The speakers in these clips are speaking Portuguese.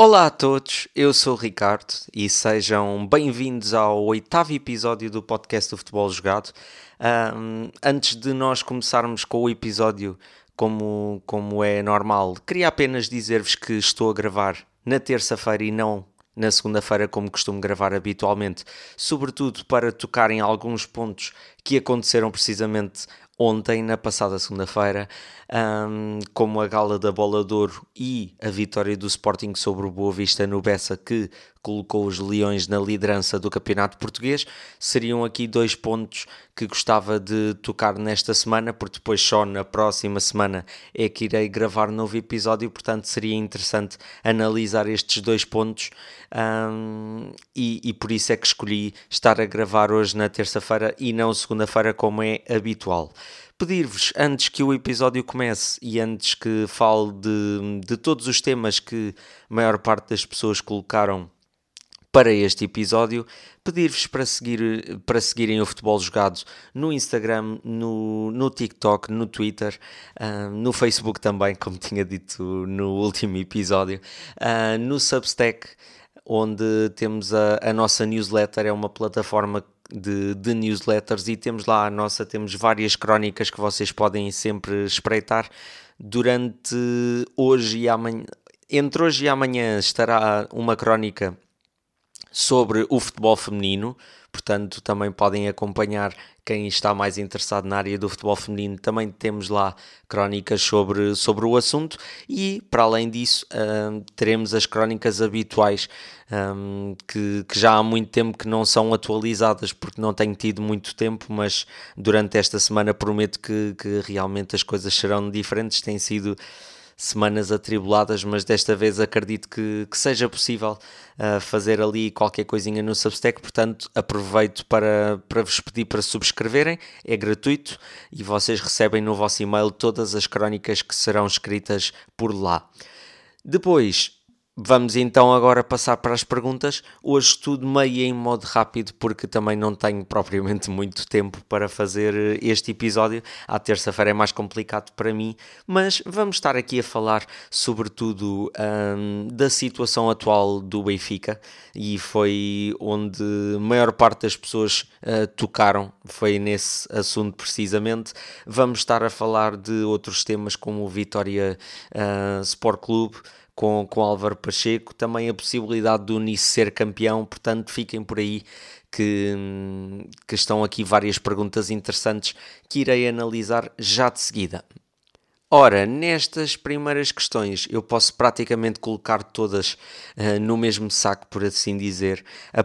Olá a todos, eu sou o Ricardo e sejam bem-vindos ao 8º episódio do podcast do Futebol Jogado. Antes de nós começarmos com o episódio como é normal, queria apenas dizer-vos que estou a gravar na terça-feira e não na segunda-feira como costumo gravar habitualmente, sobretudo para tocar em alguns pontos que aconteceram precisamente ontem, na passada segunda-feira, como a gala da Bola de Ouro e a vitória do Sporting sobre o Boa Vista no Bessa, que colocou os Leões na liderança do Campeonato Português. Seriam aqui dois pontos que gostava de tocar nesta semana, porque depois só na próxima semana é que irei gravar um novo episódio, portanto seria interessante analisar estes dois pontos, e por isso é que escolhi estar a gravar hoje na terça-feira e não segunda-feira como é habitual. Pedir-vos, antes que o episódio comece e antes que fale de todos os temas que a maior parte das pessoas colocaram para este episódio, pedir-vos para seguirem o Futebol Jogado no Instagram, no TikTok, no Twitter, no Facebook também, como tinha dito no último episódio, no Substack, onde temos a nossa newsletter. É uma plataforma de newsletters e temos lá temos várias crónicas que vocês podem sempre espreitar durante hoje e amanhã. Entre hoje e amanhã estará uma crónica sobre o futebol feminino, portanto também podem acompanhar. Quem está mais interessado na área do futebol feminino, também temos lá crónicas sobre o assunto. E para além disso, teremos as crónicas habituais, que já há muito tempo que não são atualizadas, porque não tenho tido muito tempo, mas durante esta semana prometo que realmente as coisas serão diferentes. Têm sido semanas atribuladas, mas desta vez acredito que seja possível fazer ali qualquer coisinha no Substack. Portanto, aproveito para vos pedir para subscreverem, é gratuito e vocês recebem no vosso e-mail todas as crónicas que serão escritas por lá. Depois, vamos então agora passar para as perguntas. Hoje tudo meio em modo rápido, porque também não tenho propriamente muito tempo para fazer este episódio. À terça-feira é mais complicado para mim, mas vamos estar aqui a falar sobretudo da situação atual do Benfica, e foi onde a maior parte das pessoas tocaram, foi nesse assunto precisamente. Vamos estar a falar de outros temas como o Vitória Sport Clube, com Álvaro Pacheco, também a possibilidade do Nice ser campeão. Portanto fiquem por aí que estão aqui várias perguntas interessantes que irei analisar já de seguida. Ora, nestas primeiras questões eu posso praticamente colocar todas no mesmo saco, por assim dizer.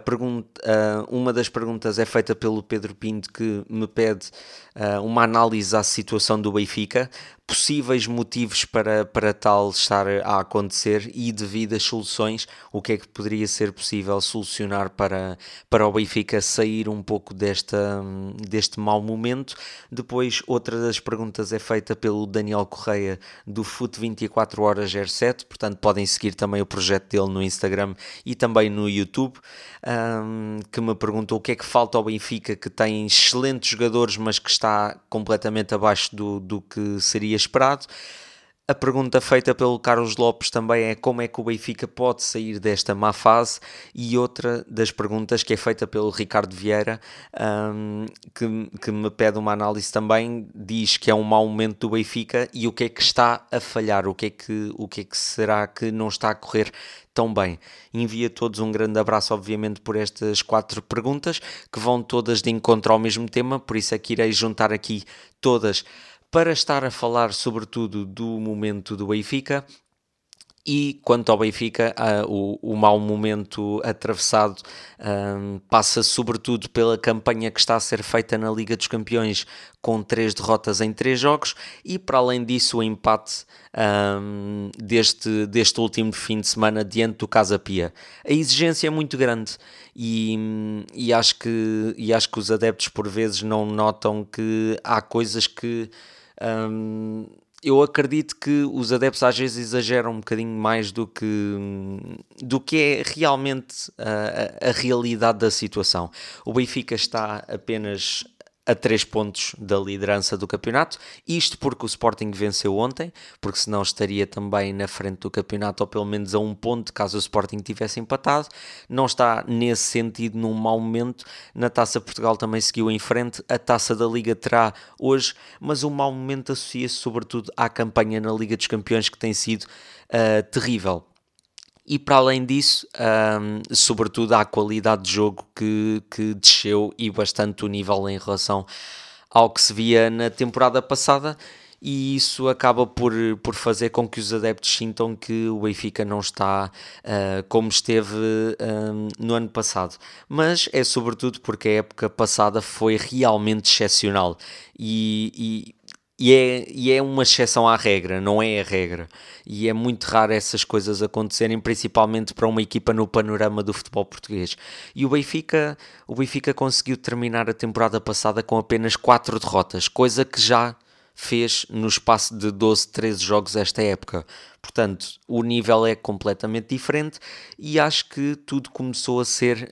Uma das perguntas é feita pelo Pedro Pinto, que me pede uma análise à situação do Benfica, possíveis motivos para tal estar a acontecer e devidas soluções, o que é que poderia ser possível solucionar para o Benfica sair um pouco deste mau momento. Depois, outra das perguntas é feita pelo Daniel Correia, do Fute 24 Horas 07, portanto podem seguir também o projeto dele no Instagram e também no YouTube, que me perguntou o que é que falta ao Benfica, que tem excelentes jogadores, mas que está completamente abaixo do que seria esperado. A pergunta feita pelo Carlos Lopes também é como é que o Benfica pode sair desta má fase. E outra das perguntas, que é feita pelo Ricardo Vieira, que me pede uma análise também, diz que é um mau momento do Benfica e o que é que está a falhar, o que é que será que não está a correr tão bem. Envio a todos um grande abraço, obviamente, por estas 4 perguntas, que vão todas de encontro ao mesmo tema, por isso é que irei juntar aqui todas para estar a falar sobretudo do momento do Benfica. E quanto ao Benfica, o mau momento atravessado passa sobretudo pela campanha que está a ser feita na Liga dos Campeões, com 3 derrotas em 3 jogos, e para além disso o empate deste último fim de semana diante do Casa Pia. A exigência é muito grande e acho que os adeptos por vezes não notam que há coisas que... eu acredito que os adeptos às vezes exageram um bocadinho mais do que é realmente a realidade da situação. O Benfica está apenas a 3 pontos da liderança do campeonato, isto porque o Sporting venceu ontem, porque senão estaria também na frente do campeonato, ou pelo menos a 1 ponto, caso o Sporting tivesse empatado. Não está nesse sentido num mau momento. Na Taça Portugal também seguiu em frente, a Taça da Liga terá hoje, mas o mau momento associa-se sobretudo à campanha na Liga dos Campeões, que tem sido terrível. E para além disso, sobretudo à qualidade de jogo que desceu e bastante o nível em relação ao que se via na temporada passada, e isso acaba por fazer com que os adeptos sintam que o Benfica não está como esteve no ano passado. Mas é sobretudo porque a época passada foi realmente excepcional e é uma exceção à regra, não é a regra. E é muito raro essas coisas acontecerem, principalmente para uma equipa no panorama do futebol português. E o Benfica conseguiu terminar a temporada passada com apenas 4 derrotas, coisa que já fez no espaço de 12, 13 jogos esta época. Portanto, o nível é completamente diferente e acho que tudo começou a ser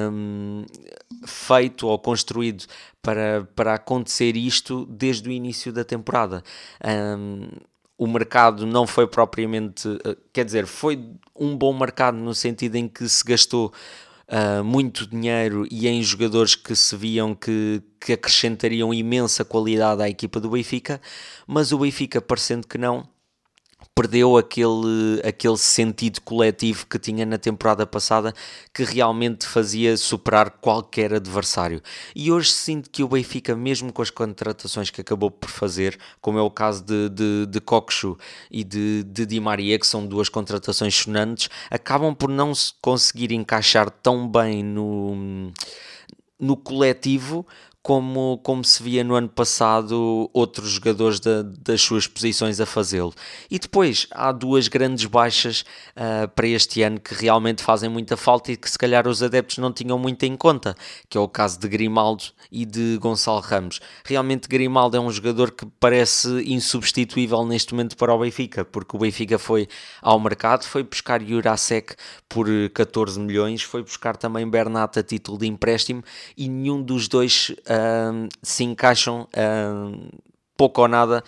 feito ou construído para acontecer isto desde o início da temporada. O mercado não foi propriamente, quer dizer, foi um bom mercado no sentido em que se gastou muito dinheiro e em jogadores que se viam que acrescentariam imensa qualidade à equipa do Benfica, mas o Benfica, parecendo que não, perdeu aquele sentido coletivo que tinha na temporada passada, que realmente fazia superar qualquer adversário. E hoje sinto que o Benfica, mesmo com as contratações que acabou por fazer, como é o caso de Cockchu e de Di Maria, que são 2 contratações sonantes, acabam por não se conseguir encaixar tão bem no coletivo como se via no ano passado outros jogadores das suas posições a fazê-lo. E depois há 2 grandes baixas para este ano que realmente fazem muita falta e que se calhar os adeptos não tinham muito em conta, que é o caso de Grimaldo e de Gonçalo Ramos. Realmente Grimaldo é um jogador que parece insubstituível neste momento para o Benfica, porque o Benfica foi ao mercado, foi buscar Jurasek por 14 milhões, foi buscar também Bernat a título de empréstimo e nenhum dos dois se encaixam pouco ou nada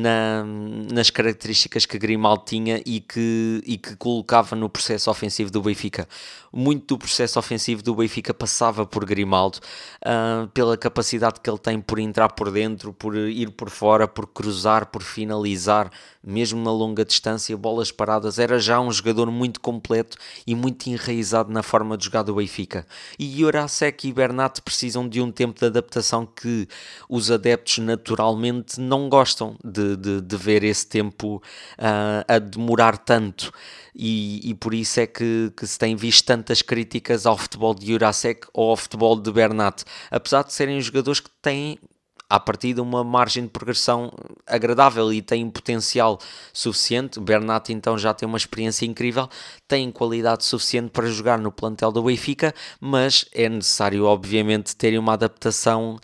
nas características que Grimaldo tinha e que colocava no processo ofensivo do Benfica. Muito do processo ofensivo do Benfica passava por Grimaldo, pela capacidade que ele tem por entrar por dentro, por ir por fora, por cruzar, por finalizar, mesmo na longa distância, bolas paradas. Era já um jogador muito completo e muito enraizado na forma de jogar do Benfica. E Jurasek e Bernat precisam de um tempo de adaptação que os adeptos naturalmente não gostam de ver esse tempo a demorar tanto. E por isso é que se tem visto tantas críticas ao futebol de Jurasek ou ao futebol de Bernat, apesar de serem jogadores que têm à partida uma margem de progressão agradável e tem potencial suficiente. Bernat então já tem uma experiência incrível, tem qualidade suficiente para jogar no plantel do Benfica, mas é necessário obviamente terem uma adaptação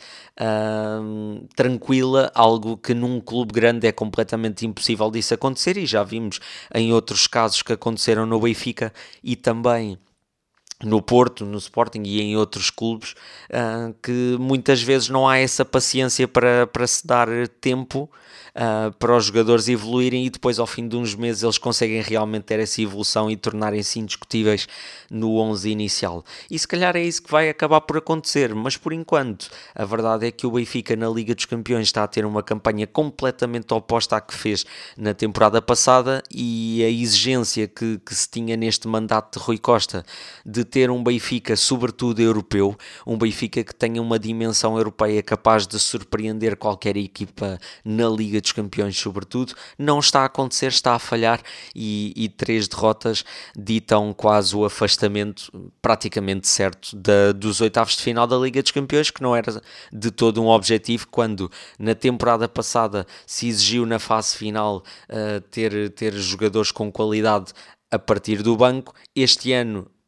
tranquila, algo que num clube grande é completamente impossível disso acontecer, e já vimos em outros casos que aconteceram no Benfica e também no Porto, no Sporting e em outros clubes, que muitas vezes não há essa paciência para se dar tempo para os jogadores evoluírem e depois ao fim de uns meses eles conseguem realmente ter essa evolução e tornarem-se indiscutíveis no 11 inicial. E se calhar é isso que vai acabar por acontecer, mas por enquanto a verdade é que o Benfica na Liga dos Campeões está a ter uma campanha completamente oposta à que fez na temporada passada, e a exigência que se tinha neste mandato de Rui Costa de ter um Benfica sobretudo europeu, um Benfica que tenha uma dimensão europeia capaz de surpreender qualquer equipa na Liga dos Campeões sobretudo, não está a acontecer, está a falhar, e 3 derrotas ditam quase o afastamento praticamente certo dos oitavos de final da Liga dos Campeões, que não era de todo um objetivo, quando na temporada passada se exigiu na fase final ter jogadores com qualidade a partir do banco. Este ano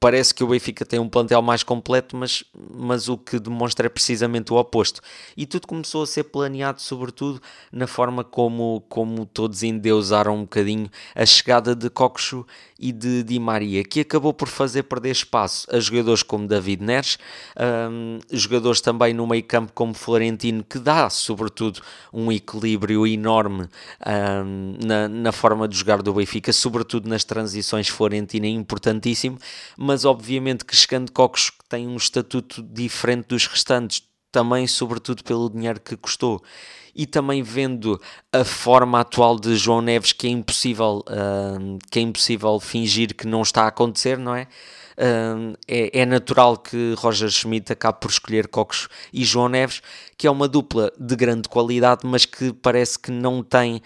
parece que o Benfica tem um plantel mais completo, mas o que demonstra é precisamente o oposto. E tudo começou a ser planeado, sobretudo, na forma como todos endeusaram um bocadinho a chegada de Coxo e de Di Maria, que acabou por fazer perder espaço a jogadores como David Neres, jogadores também no meio campo como Florentino, que dá, sobretudo, um equilíbrio enorme na forma de jogar do Benfica, sobretudo nas transições. Florentino é importantíssimo, mas obviamente que chegando Coxo, que tem um estatuto diferente dos restantes, também sobretudo pelo dinheiro que custou, e também vendo a forma atual de João Neves, que é impossível fingir que não está a acontecer, não é? É natural que Roger Schmidt acabe por escolher Coxo e João Neves, que é uma dupla de grande qualidade, mas que parece que não tem...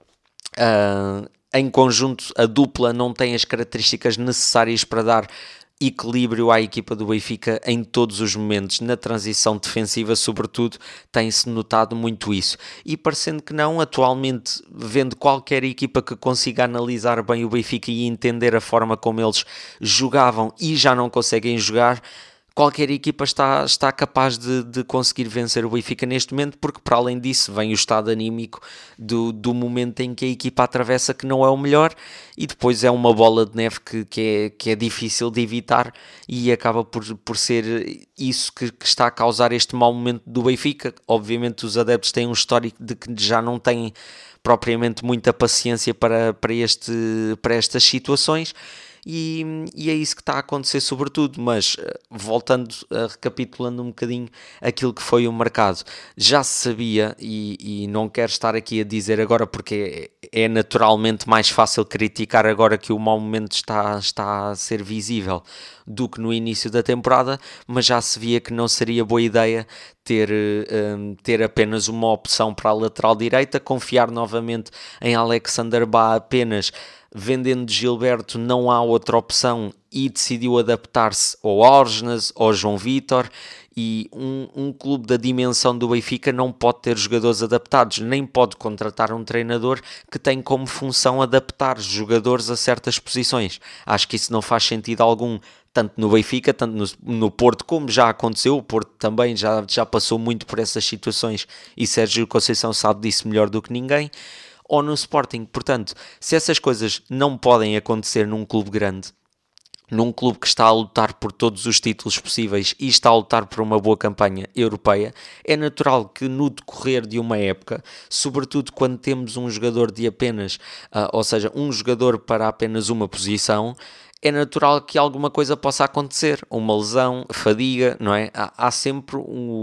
em conjunto, a dupla não tem as características necessárias para dar equilíbrio à equipa do Benfica em todos os momentos. Na transição defensiva, sobretudo, tem-se notado muito isso. E parecendo que não, atualmente, vendo qualquer equipa que consiga analisar bem o Benfica e entender a forma como eles jogavam e já não conseguem jogar, qualquer equipa está capaz de conseguir vencer o Benfica neste momento, porque para além disso vem o estado anímico do momento em que a equipa atravessa, que não é o melhor, e depois é uma bola de neve que é difícil de evitar, e acaba por ser isso que está a causar este mau momento do Benfica. Obviamente os adeptos têm um histórico de que já não têm propriamente muita paciência para estas situações, e é isso que está a acontecer sobretudo. Mas voltando, recapitulando um bocadinho aquilo que foi o mercado, já se sabia, e não quero estar aqui a dizer agora porque é naturalmente mais fácil criticar agora que o mau momento está a ser visível do que no início da temporada, mas já se via que não seria boa ideia ter apenas uma opção para a lateral direita, confiar novamente em Alexander Bá apenas. Vendendo Gilberto, não há outra opção, e decidiu adaptar-se ao Orgenes, ao João Vítor, e um clube da dimensão do Benfica não pode ter jogadores adaptados, nem pode contratar um treinador que tem como função adaptar jogadores a certas posições. Acho que isso não faz sentido algum, tanto no Benfica, tanto no Porto, como já aconteceu. O Porto também já passou muito por essas situações, e Sérgio Conceição sabe disso melhor do que ninguém, ou no Sporting. Portanto, se essas coisas não podem acontecer num clube grande, num clube que está a lutar por todos os títulos possíveis e está a lutar por uma boa campanha europeia, é natural que no decorrer de uma época, sobretudo quando temos um jogador de apenas, ou seja, um jogador para apenas uma posição, é natural que alguma coisa possa acontecer, uma lesão, fadiga, não é? Há sempre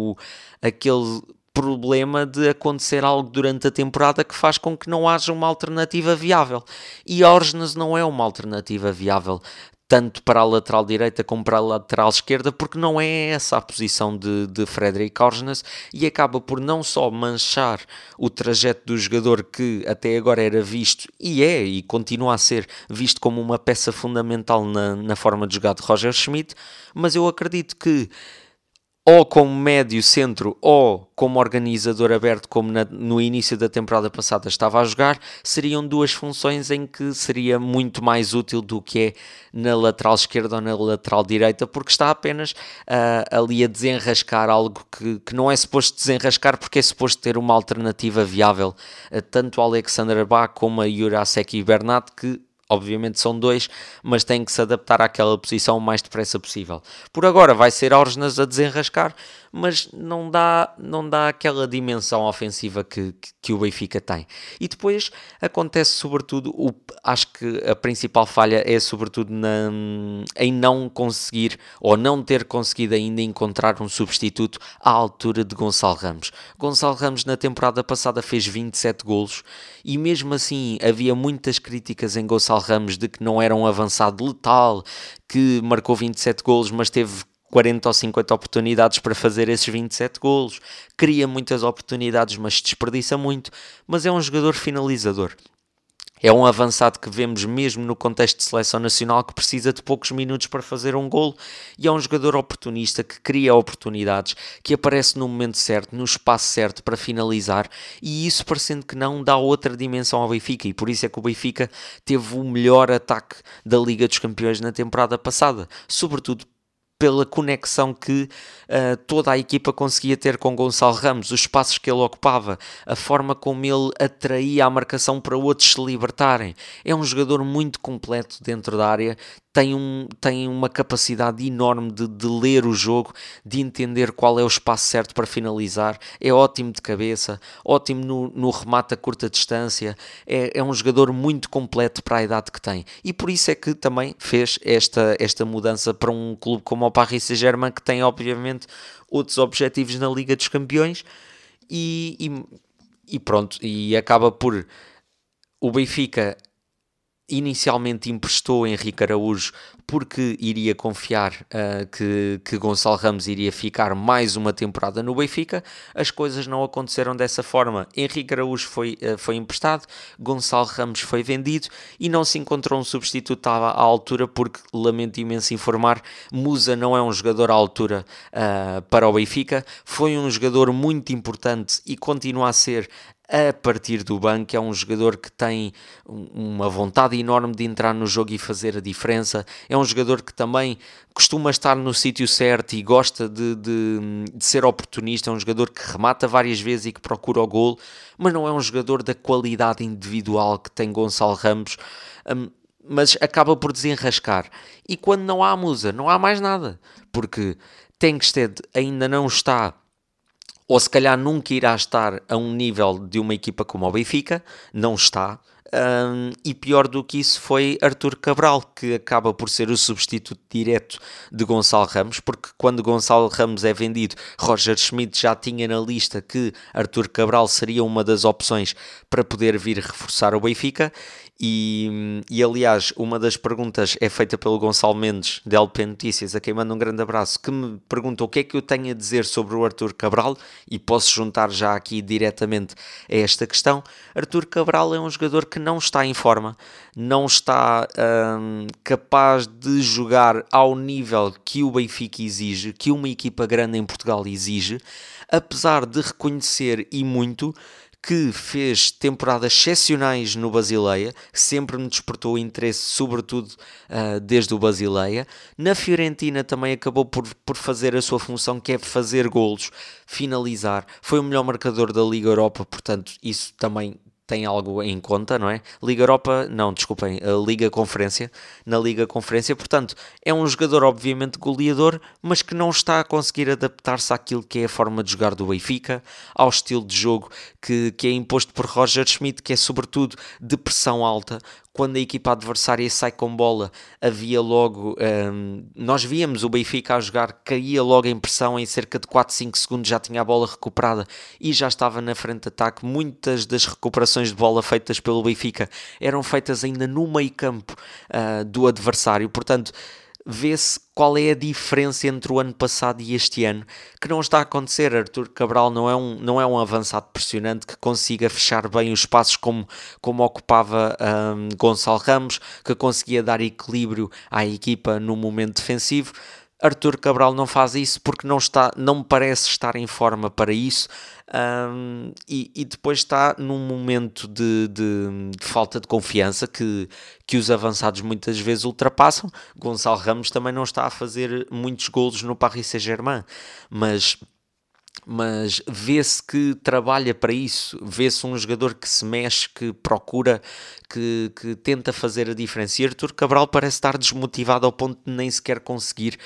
aquele problema de acontecer algo durante a temporada que faz com que não haja uma alternativa viável, e Orgenes não é uma alternativa viável tanto para a lateral direita como para a lateral esquerda, porque não é essa a posição de Frederic Orgenes, e acaba por não só manchar o trajeto do jogador, que até agora era visto, e continua a ser visto como uma peça fundamental na forma de jogar de Roger Schmidt, mas eu acredito que ou como médio centro ou como organizador aberto, como no início da temporada passada estava a jogar, seriam duas funções em que seria muito mais útil do que é na lateral esquerda ou na lateral direita, porque está apenas ali a desenrascar algo que não é suposto desenrascar, porque é suposto ter uma alternativa viável, tanto a Alexander Bá como a Jurasek e Bernat, que obviamente são dois, mas têm que se adaptar àquela posição o mais depressa possível. Por agora vai ser Orgenes a desenrascar, mas não dá aquela dimensão ofensiva que o Benfica tem. E depois acontece sobretudo, acho que a principal falha é sobretudo em não conseguir, ou não ter conseguido ainda encontrar um substituto à altura de Gonçalo Ramos. Gonçalo Ramos na temporada passada fez 27 golos, e mesmo assim havia muitas críticas em Gonçalo Ramos de que não era um avançado letal, que marcou 27 golos, mas teve 40 ou 50 oportunidades para fazer esses 27 golos, cria muitas oportunidades, mas desperdiça muito, mas é um jogador finalizador. É um avançado que vemos mesmo no contexto de seleção nacional, que precisa de poucos minutos para fazer um golo, e é um jogador oportunista que cria oportunidades, que aparece no momento certo, no espaço certo para finalizar, e isso, parecendo que não, dá outra dimensão ao Benfica, e por isso é que o Benfica teve o melhor ataque da Liga dos Campeões na temporada passada, sobretudo pela conexão que toda a equipa conseguia ter com Gonçalo Ramos, os espaços que ele ocupava, a forma como ele atraía a marcação para outros se libertarem. É um jogador muito completo dentro da área, tem uma capacidade enorme de ler o jogo, de entender qual é o espaço certo para finalizar, é ótimo de cabeça, ótimo no remate a curta distância, é um jogador muito completo para a idade que tem, e por isso é que também fez esta mudança para um clube como o Paris Saint-Germain, que tem obviamente outros objetivos na Liga dos Campeões, e pronto, e acaba por o Benfica inicialmente emprestou Henrique Araújo porque iria confiar que Gonçalo Ramos iria ficar mais uma temporada no Benfica. As coisas não aconteceram dessa forma. Henrique Araújo foi emprestado, Gonçalo Ramos foi vendido e não se encontrou um substituto à altura, porque, lamento imenso informar, Musa não é um jogador à altura para o Benfica. Foi um jogador muito importante e continua a ser a partir do banco. É um jogador que tem uma vontade enorme de entrar no jogo e fazer a diferença. É um jogador que também costuma estar no sítio certo e gosta de ser oportunista. É um jogador que remata várias vezes e que procura o golo, mas não é um jogador da qualidade individual que tem Gonçalo Ramos, mas acaba por desenrascar. E quando não há Musa, não há mais nada, porque Tengsted ainda não está, ou se calhar nunca irá estar a um nível de uma equipa como o Benfica, não está. E pior do que isso foi Arthur Cabral, que acaba por ser o substituto direto de Gonçalo Ramos, porque quando Gonçalo Ramos é vendido, Roger Schmidt já tinha na lista que Arthur Cabral seria uma das opções para poder vir reforçar o Benfica. E aliás, uma das perguntas é feita pelo Gonçalo Mendes, de LP Notícias, a quem manda um grande abraço, que me pergunta o que é que eu tenho a dizer sobre o Arthur Cabral, e posso juntar já aqui diretamente a esta questão. Arthur Cabral é um jogador que não está em forma, não está capaz de jogar ao nível que o Benfica exige, que uma equipa grande em Portugal exige, apesar de reconhecer e muito que fez temporadas excepcionais no Basileia, sempre me despertou interesse, sobretudo desde o Basileia. Na Fiorentina também acabou por fazer a sua função, que é fazer golos, finalizar. Foi o melhor marcador da Liga Europa, portanto isso também tem algo em conta, não é? Liga Europa, não, desculpem, a Liga Conferência, na Liga Conferência, portanto, é um jogador obviamente goleador, mas que não está a conseguir adaptar-se àquilo que é a forma de jogar do Benfica, ao estilo de jogo que é imposto por Roger Schmidt, que é sobretudo de pressão alta. Quando a equipa adversária sai com bola, havia logo... nós víamos o Benfica a jogar, caía logo em pressão, em cerca de 4, 5 segundos já tinha a bola recuperada e já estava na frente de ataque. Muitas das recuperações de bola feitas pelo Benfica eram feitas ainda no meio campo do adversário, portanto... Vê-se qual é a diferença entre o ano passado e este ano, que não está a acontecer. Arthur Cabral não é um avançado pressionante que consiga fechar bem os espaços como ocupava Gonçalo Ramos, que conseguia dar equilíbrio à equipa no momento defensivo. Arthur Cabral não faz isso porque não me parece estar em forma para isso, e depois está num momento de falta de confiança que os avançados muitas vezes ultrapassam. Gonçalo Ramos também não está a fazer muitos golos no Paris Saint-Germain, mas vê-se que trabalha para isso, vê-se um jogador que se mexe, que procura, que tenta fazer a diferença. E Arthur Cabral parece estar desmotivado ao ponto de nem sequer conseguir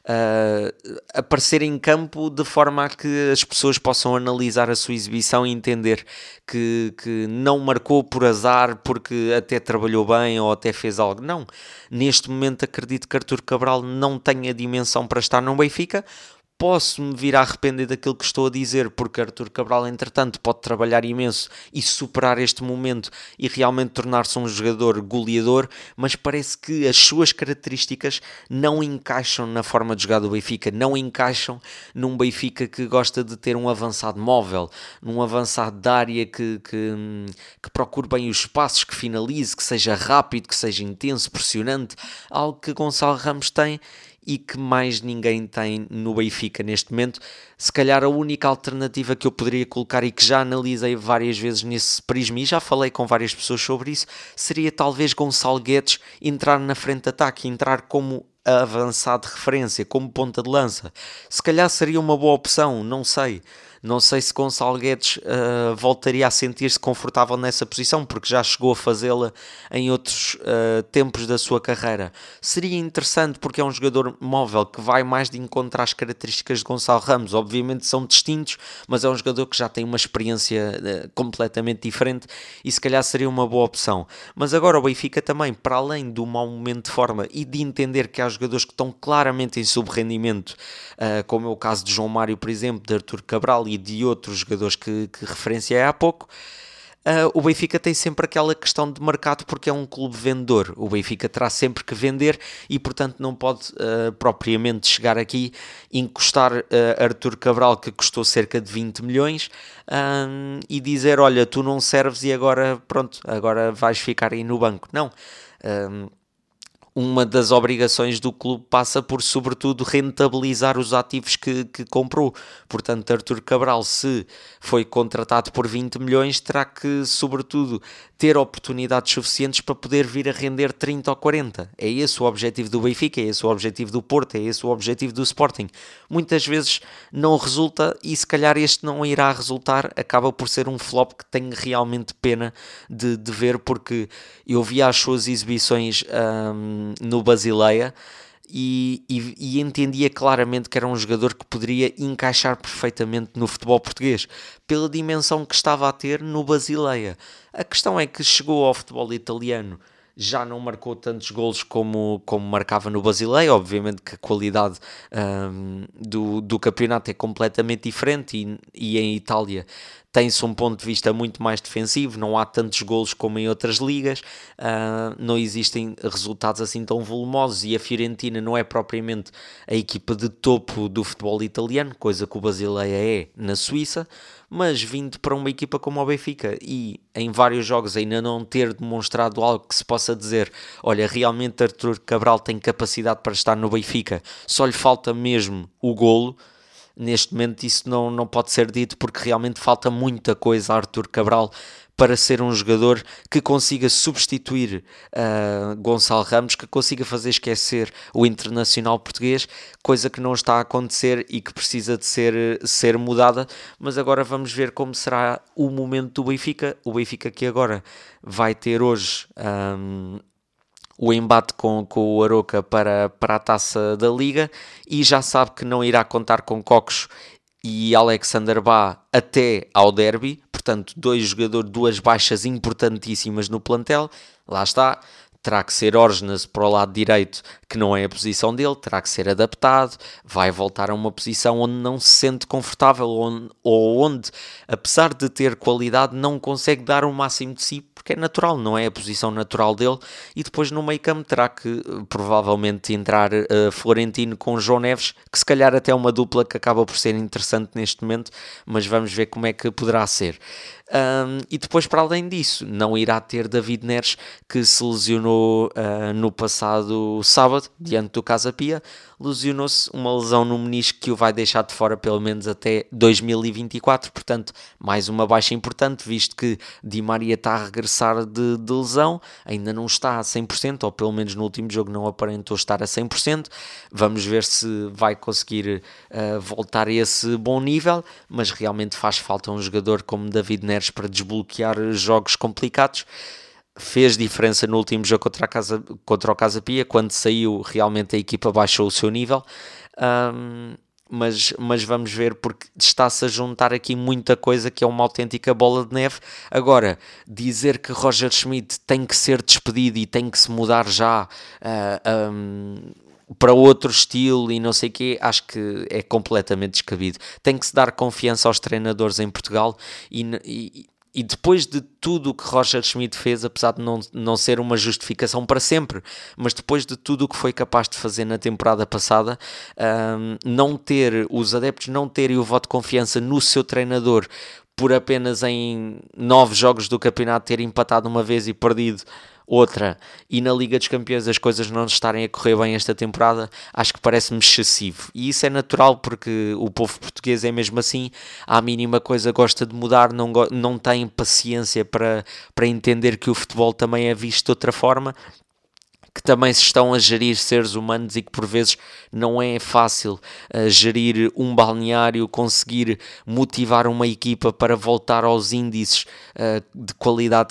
aparecer em campo de forma a que as pessoas possam analisar a sua exibição e entender que não marcou por azar, porque até trabalhou bem ou até fez algo. Não, neste momento acredito que Arthur Cabral não tem a dimensão para estar no Benfica, posso-me vir a arrepender daquilo que estou a dizer, porque Arthur Cabral, entretanto, pode trabalhar imenso e superar este momento e realmente tornar-se um jogador goleador, mas parece que as suas características não encaixam na forma de jogar do Benfica, não encaixam num Benfica que gosta de ter um avançado móvel, num avançado de área que procure bem os espaços, que finalize, que seja rápido, que seja intenso, pressionante, algo que Gonçalo Ramos tem e que mais ninguém tem no Benfica neste momento. Se calhar a única alternativa que eu poderia colocar e que já analisei várias vezes nesse prisma e já falei com várias pessoas sobre isso, seria talvez Gonçalo Guedes entrar na frente de ataque, entrar como avançado de referência, como ponta de lança. Se calhar seria uma boa opção, não sei. Não sei se Gonçalo Guedes voltaria a sentir-se confortável nessa posição, porque já chegou a fazê-la em outros tempos da sua carreira. Seria interessante porque é um jogador móvel que vai mais de encontrar as características de Gonçalo Ramos. Obviamente são distintos, mas é um jogador que já tem uma experiência completamente diferente e se calhar seria uma boa opção. Mas agora o Benfica também, para além do mau momento de forma e de entender que há jogadores que estão claramente em subrendimento, como é o caso de João Mário, por exemplo, de Arthur Cabral e de outros jogadores que referenciei há pouco, o Benfica tem sempre aquela questão de mercado porque é um clube vendedor. O Benfica terá sempre que vender e, portanto, não pode propriamente chegar aqui e encostar Arthur Cabral, que custou cerca de 20 milhões, e dizer, olha, tu não serves e agora, pronto, agora vais ficar aí no banco. Não. Uma das obrigações do clube passa por, sobretudo, rentabilizar os ativos que comprou. Portanto, Arthur Cabral, se foi contratado por 20 milhões, terá que, sobretudo, ter oportunidades suficientes para poder vir a render 30 ou 40. É esse o objetivo do Benfica, é esse o objetivo do Porto, é esse o objetivo do Sporting. Muitas vezes não resulta e, se calhar, este não irá resultar. Acaba por ser um flop que tenho realmente pena de ver, porque eu vi as suas exibições no Basileia e entendia claramente que era um jogador que poderia encaixar perfeitamente no futebol português, pela dimensão que estava a ter no Basileia. A questão é que chegou ao futebol italiano, já não marcou tantos golos como marcava no Basileia. Obviamente que a qualidade do campeonato é completamente diferente e em Itália tem-se um ponto de vista muito mais defensivo, não há tantos golos como em outras ligas, não existem resultados assim tão volumosos e a Fiorentina não é propriamente a equipa de topo do futebol italiano, coisa que o Basileia é na Suíça, mas vindo para uma equipa como o Benfica e em vários jogos ainda não ter demonstrado algo que se possa dizer, olha, realmente Arthur Cabral tem capacidade para estar no Benfica, só lhe falta mesmo o golo. Neste momento isso não pode ser dito porque realmente falta muita coisa a Arthur Cabral para ser um jogador que consiga substituir Gonçalo Ramos, que consiga fazer esquecer o internacional português, coisa que não está a acontecer e que precisa de ser mudada. Mas agora vamos ver como será o momento do Benfica. O Benfica que agora vai ter hoje o embate com o Aroca para a Taça da Liga e já sabe que não irá contar com Cocos e Alexander Bá até ao derby, portanto duas baixas importantíssimas no plantel. Lá está, terá que ser Orgenas para o lado direito, que não é a posição dele, terá que ser adaptado, vai voltar a uma posição onde não se sente confortável ou onde, apesar de ter qualidade, não consegue dar o máximo de si, porque é natural, não é a posição natural dele, e depois no meio campo terá que provavelmente entrar Florentino com João Neves, que se calhar até é uma dupla que acaba por ser interessante neste momento, mas vamos ver como é que poderá ser. E depois, para além disso, não irá ter David Neres, que se lesionou no passado sábado, diante do Casa Pia. Lesionou-se, uma lesão no menisco que o vai deixar de fora pelo menos até 2024, portanto mais uma baixa importante, visto que Di Maria está a regressar de lesão, ainda não está a 100%, ou pelo menos no último jogo não aparentou estar a 100%, vamos ver se vai conseguir voltar a esse bom nível, mas realmente faz falta um jogador como David Neres para desbloquear jogos complicados. Fez diferença no último jogo contra o Casa Pia, quando saiu realmente a equipa baixou o seu nível, mas vamos ver porque está-se a juntar aqui muita coisa que é uma autêntica bola de neve. Agora, dizer que Roger Schmidt tem que ser despedido e tem que se mudar já para outro estilo e não sei o quê, acho que é completamente descabido. Tem que se dar confiança aos treinadores em Portugal e depois de tudo o que Roger Schmidt fez, apesar de não ser uma justificação para sempre, mas depois de tudo o que foi capaz de fazer na temporada passada, os adeptos não terem o voto de confiança no seu treinador por apenas em 9 jogos do campeonato ter empatado uma vez e perdido outra, e na Liga dos Campeões as coisas não estarem a correr bem esta temporada, acho que parece-me excessivo. E isso é natural porque o povo português é mesmo assim, à mínima coisa gosta de mudar, não tem paciência para entender que o futebol também é visto de outra forma, que também se estão a gerir seres humanos e que por vezes não é fácil gerir um balneário, conseguir motivar uma equipa para voltar aos índices de qualidade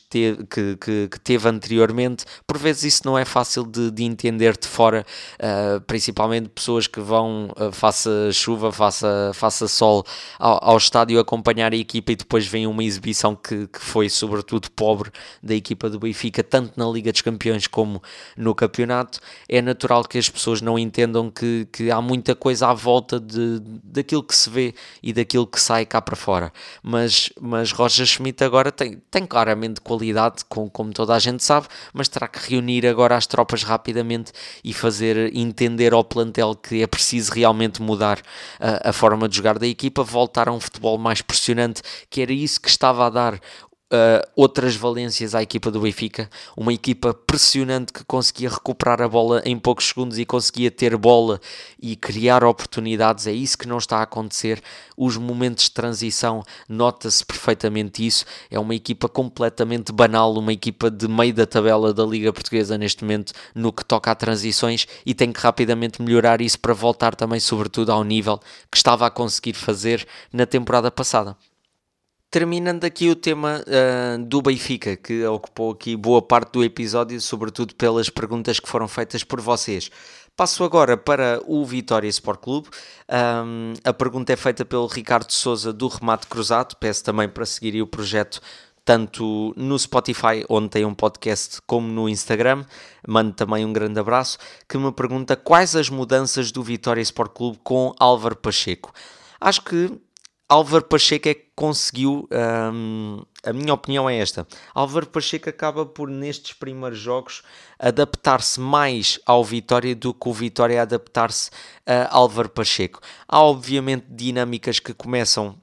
que teve anteriormente. Por vezes isso não é fácil de entender de fora, principalmente pessoas que vão, faça chuva, faça sol, ao estádio acompanhar a equipa e depois vem uma exibição que foi sobretudo pobre da equipa do Benfica, tanto na Liga dos Campeões como no campeonato. É natural que as pessoas não entendam que há muita coisa à volta daquilo que se vê e daquilo que sai cá para fora. Mas Roger Schmidt agora tem claramente qualidade, como toda a gente sabe, mas terá que reunir agora as tropas rapidamente e fazer entender ao plantel que é preciso realmente mudar a forma de jogar da equipa, voltar a um futebol mais pressionante, que era isso que estava a dar outras valências à equipa do Benfica, uma equipa pressionante que conseguia recuperar a bola em poucos segundos e conseguia ter bola e criar oportunidades. É isso que não está a acontecer. Os momentos de transição, nota-se perfeitamente isso. É uma equipa completamente banal, uma equipa de meio da tabela da Liga Portuguesa neste momento no que toca a transições, e tem que rapidamente melhorar isso para voltar também sobretudo ao nível que estava a conseguir fazer na temporada passada. Terminando aqui o tema do Benfica, que ocupou aqui boa parte do episódio, sobretudo pelas perguntas que foram feitas por vocês. Passo agora para o Vitória Sport Clube. A pergunta é feita pelo Ricardo Sousa do Remate Cruzado. Peço também para seguir o projeto tanto no Spotify, onde tem um podcast, como no Instagram. Mando também um grande abraço, que me pergunta quais as mudanças do Vitória Sport Clube com Álvaro Pacheco. Acho que Álvaro Pacheco é que conseguiu, a minha opinião é esta, Álvaro Pacheco acaba por, nestes primeiros jogos, adaptar-se mais ao Vitória do que o Vitória adaptar-se a Álvaro Pacheco. Há obviamente dinâmicas que começam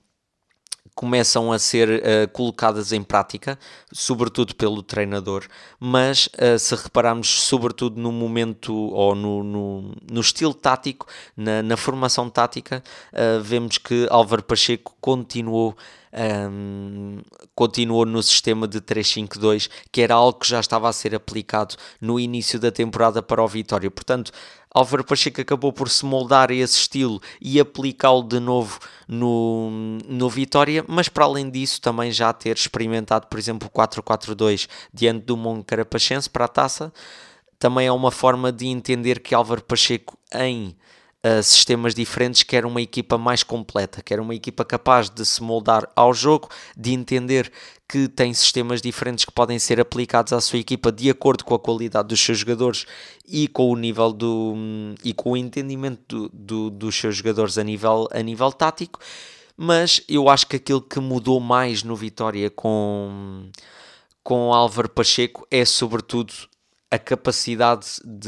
a ser colocadas em prática, sobretudo pelo treinador, mas se repararmos sobretudo no momento ou no estilo tático, na formação tática, vemos que Álvaro Pacheco continuou no sistema de 3-5-2, que era algo que já estava a ser aplicado no início da temporada para o Vitória. Portanto, Álvaro Pacheco acabou por se moldar a esse estilo e aplicá-lo de novo no Vitória, mas para além disso também já ter experimentado, por exemplo, o 4-4-2 diante do Moncarapachense para a Taça, também é uma forma de entender que Álvaro Pacheco em sistemas diferentes quer uma equipa mais completa, quer uma equipa capaz de se moldar ao jogo, de entender que tem sistemas diferentes que podem ser aplicados à sua equipa de acordo com a qualidade dos seus jogadores e com o nível e com o entendimento dos seus jogadores a nível tático. Mas eu acho que aquilo que mudou mais no Vitória com Álvaro Pacheco é sobretudo a capacidade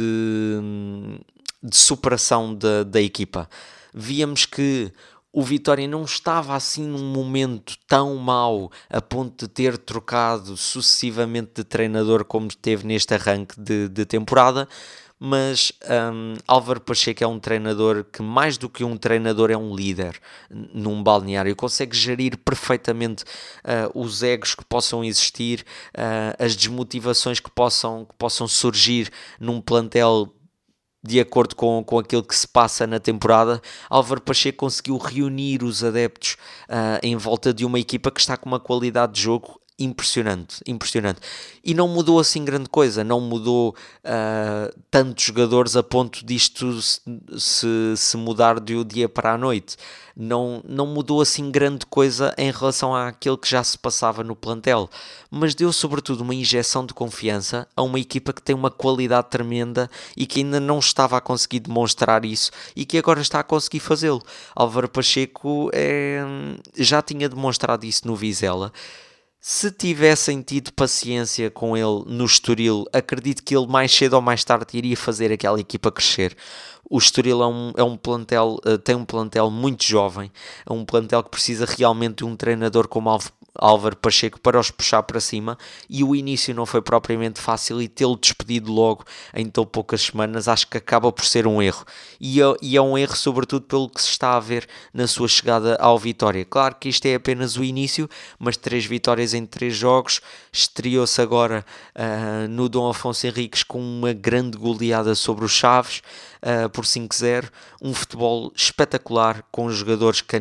de superação da equipa. Víamos que o Vitória não estava assim num momento tão mau a ponto de ter trocado sucessivamente de treinador como teve neste arranque de temporada, mas Álvaro Pacheco é um treinador que, mais do que um treinador, é um líder num balneário, consegue gerir perfeitamente os egos que possam existir, as desmotivações que possam surgir num plantel de acordo com aquilo que se passa na temporada. Álvaro Pacheco conseguiu reunir os adeptos em volta de uma equipa que está com uma qualidade de jogo impressionante, impressionante. E não mudou assim grande coisa, não mudou tantos jogadores a ponto disto se mudar de um dia para a noite. Não mudou assim grande coisa em relação àquilo que já se passava no plantel, mas deu sobretudo uma injeção de confiança a uma equipa que tem uma qualidade tremenda e que ainda não estava a conseguir demonstrar isso e que agora está a conseguir fazê-lo. Álvaro Pacheco já tinha demonstrado isso no Vizela. Se tivessem tido paciência com ele no Estoril, acredito que ele mais cedo ou mais tarde iria fazer aquela equipa crescer. O Estoril é um plantel, tem um plantel muito jovem, é um plantel que precisa realmente de um treinador como Álvaro Pacheco para os puxar para cima, e o início não foi propriamente fácil, e tê-lo despedido logo em tão poucas semanas acho que acaba por ser um erro, e é um erro sobretudo pelo que se está a ver na sua chegada ao Vitória. Claro que isto é apenas o início, mas 3 vitórias em 3 jogos, estreou-se agora no Dom Afonso Henriques com uma grande goleada sobre os Chaves, por 5-0, um futebol espetacular com jogadores que a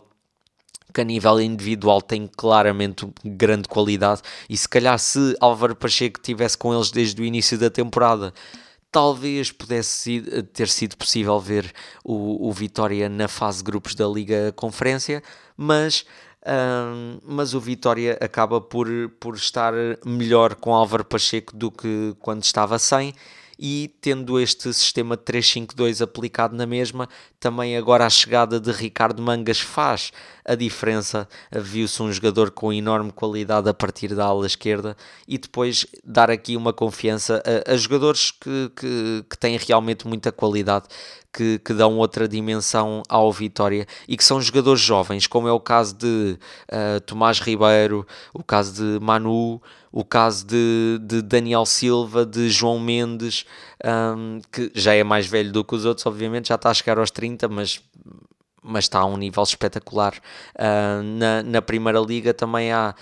nível individual tem claramente grande qualidade, e se calhar se Álvaro Pacheco estivesse com eles desde o início da temporada, talvez pudesse ter sido possível ver o Vitória na fase de grupos da Liga Conferência, mas o Vitória acaba por estar melhor com Álvaro Pacheco do que quando estava sem, e tendo este sistema de 3-5-2 aplicado na mesma, também agora a chegada de Ricardo Mangas faz a diferença. Viu-se um jogador com enorme qualidade a partir da ala esquerda, e depois dar aqui uma confiança a jogadores que têm realmente muita qualidade, que dão outra dimensão ao Vitória e que são jogadores jovens, como é o caso de Tomás Ribeiro, o caso de Manu, o caso de Daniel Silva, de João Mendes, que já é mais velho do que os outros, obviamente, já está a chegar aos 30, mas está a um nível espetacular. Na Primeira Liga também há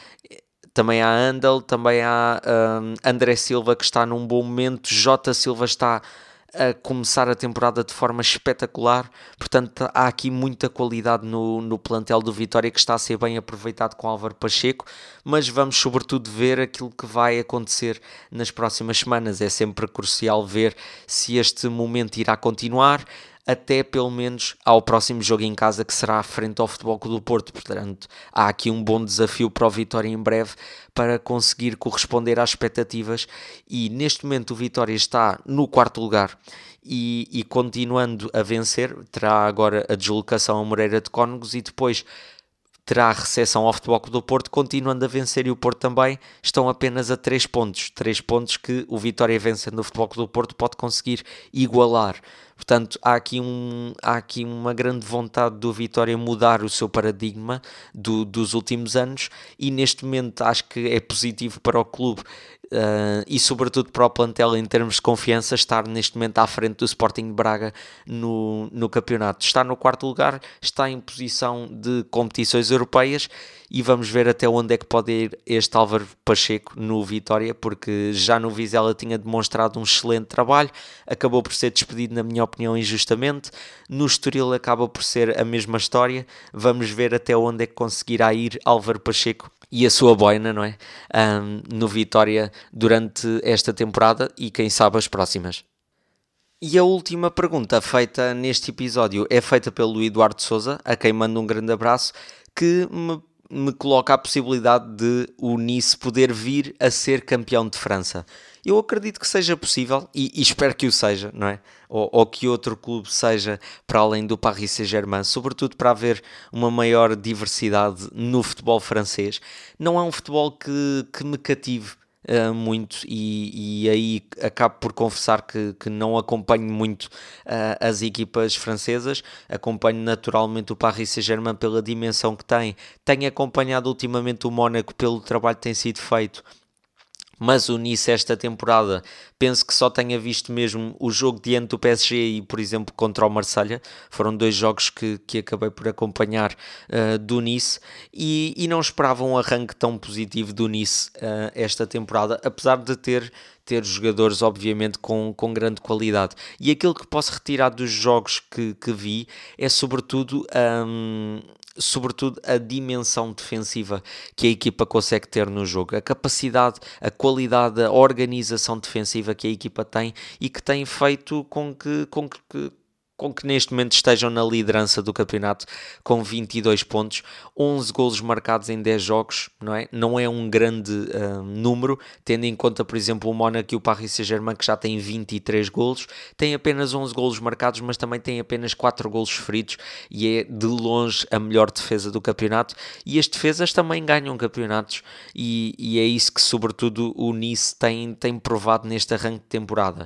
Andel, também há André Silva, que está num bom momento, Jota Silva está a começar a temporada de forma espetacular. Portanto, há aqui muita qualidade no plantel do Vitória, que está a ser bem aproveitado com Álvaro Pacheco, mas vamos sobretudo ver aquilo que vai acontecer nas próximas semanas. É sempre crucial ver se este momento irá continuar até pelo menos ao próximo jogo em casa, que será frente ao Futebol Clube do Porto. Portanto, há aqui um bom desafio para o Vitória em breve para conseguir corresponder às expectativas, e neste momento o Vitória está no 4º lugar e continuando a vencer, terá agora a deslocação a Moreira de Cónegos e depois terá a recepção ao Futebol Clube do Porto, continuando a vencer, e o Porto também. Estão apenas a 3 pontos. 3 pontos que o Vitória, vencendo o Futebol Clube do Porto, pode conseguir igualar. Portanto, há aqui uma grande vontade do Vitória mudar o seu paradigma dos últimos anos, e neste momento acho que é positivo para o clube e sobretudo para o plantel em termos de confiança estar neste momento à frente do Sporting de Braga no campeonato. Está no 4º lugar, está em posição de competições europeias, e vamos ver até onde é que pode ir este Álvaro Pacheco no Vitória, porque já no Vizela tinha demonstrado um excelente trabalho, acabou por ser despedido, na minha opinião, injustamente. No Estoril acaba por ser a mesma história. Vamos ver até onde é que conseguirá ir Álvaro Pacheco e a sua boina, não é? No Vitória durante esta temporada e quem sabe as próximas. E a última pergunta feita neste episódio é feita pelo Eduardo Sousa, a quem mando um grande abraço, que me coloca a possibilidade de o Nice poder vir a ser campeão de França. Eu acredito que seja possível, e espero que o seja, não é? Ou que outro clube seja, para além do Paris Saint-Germain, sobretudo para haver uma maior diversidade no futebol francês. Não é um futebol que me cative muito, e aí acabo por confessar que não acompanho muito as equipas francesas. Acompanho naturalmente o Paris Saint-Germain pela dimensão que tem. Tenho acompanhado ultimamente o Mónaco pelo trabalho que tem sido feito, mas o Nice esta temporada penso que só tenha visto mesmo o jogo diante do PSG e, por exemplo, contra o Marselha. Foram 2 jogos que acabei por acompanhar do Nice, e não esperava um arranque tão positivo do Nice esta temporada, apesar de ter ter jogadores obviamente com grande qualidade. E aquilo que posso retirar dos jogos que vi é sobretudo a dimensão defensiva que a equipa consegue ter no jogo, a capacidade, a qualidade, a organização defensiva que a equipa tem e que tem feito com que neste momento estejam na liderança do campeonato com 22 pontos, 11 golos marcados em 10 jogos, não é? Não é um grande número, tendo em conta, por exemplo, o Mónaco e o Paris Saint-Germain, que já têm 23 golos, tem apenas 11 golos marcados, mas também tem apenas 4 golos feridos e é de longe a melhor defesa do campeonato. E as defesas também ganham campeonatos e é isso que, sobretudo, o Nice tem provado neste arranque de temporada.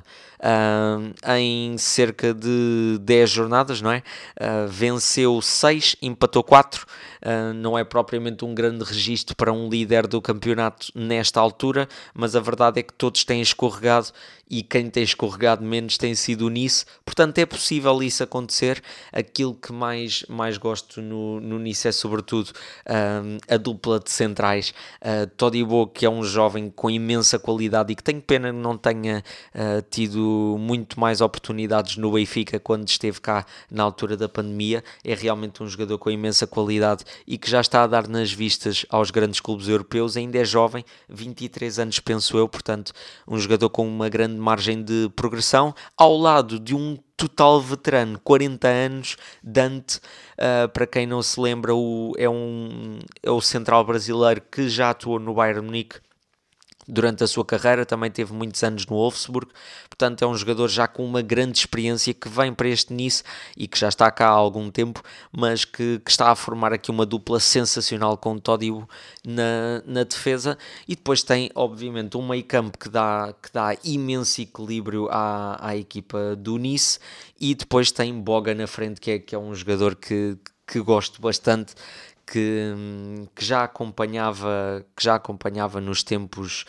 Em cerca de 10 jornadas, não é? Venceu 6, empatou 4, não é propriamente um grande registro para um líder do campeonato nesta altura, mas a verdade é que todos têm escorregado e quem tem escorregado menos tem sido o Nice, portanto é possível isso acontecer. Aquilo que mais gosto no Nice é sobretudo a dupla de centrais, Todibo, que é um jovem com imensa qualidade e que tenho pena que não tenha tido muito mais oportunidades no Benfica quando esteve cá na altura da pandemia. É realmente um jogador com imensa qualidade e que já está a dar nas vistas aos grandes clubes europeus. Ainda é jovem, 23 anos penso eu, portanto um jogador com uma grande margem de progressão, ao lado de um total veterano, 40 anos, Dante, para quem não se lembra, é o central brasileiro que já atuou no Bayern Munique durante a sua carreira, também teve muitos anos no Wolfsburg, portanto é um jogador já com uma grande experiência que vem para este Nice e que já está cá há algum tempo, mas que está a formar aqui uma dupla sensacional com o Todibo na defesa. E depois tem obviamente um meio campo que dá imenso equilíbrio à equipa do Nice, e depois tem Boga na frente, que é um jogador que gosto bastante, que já acompanhava nos tempos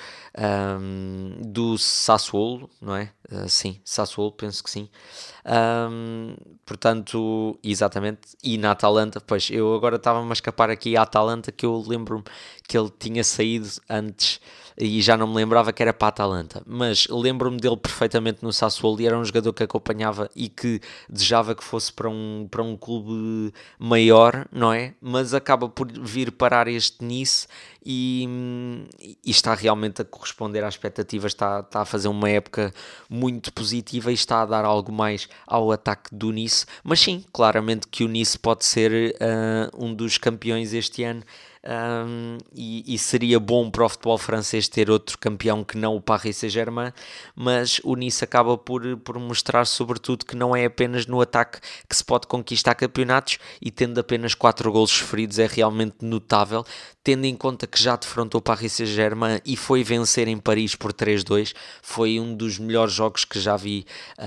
do Sassuolo, não é? Sim, Sassuolo, penso que sim. Portanto, exatamente, e na Atalanta, pois eu agora estava-me a escapar aqui à Atalanta, que eu lembro-me que ele tinha saído antes e já não me lembrava que era para a Atalanta, mas lembro-me dele perfeitamente no Sassuolo e era um jogador que acompanhava e que desejava que fosse para um clube maior, não é? Mas acaba por vir parar este Nice e está realmente a corresponder às expectativas, está a fazer uma época muito positiva e está a dar algo mais ao ataque do Nice. Mas sim, claramente que o Nice pode ser um dos campeões este ano. E seria bom para o futebol francês ter outro campeão que não o Paris Saint-Germain, mas o Nice acaba por mostrar sobretudo que não é apenas no ataque que se pode conquistar campeonatos, e tendo apenas 4 golos sofridos é realmente notável, tendo em conta que já defrontou o Paris Saint-Germain e foi vencer em Paris por 3-2, foi um dos melhores jogos que já vi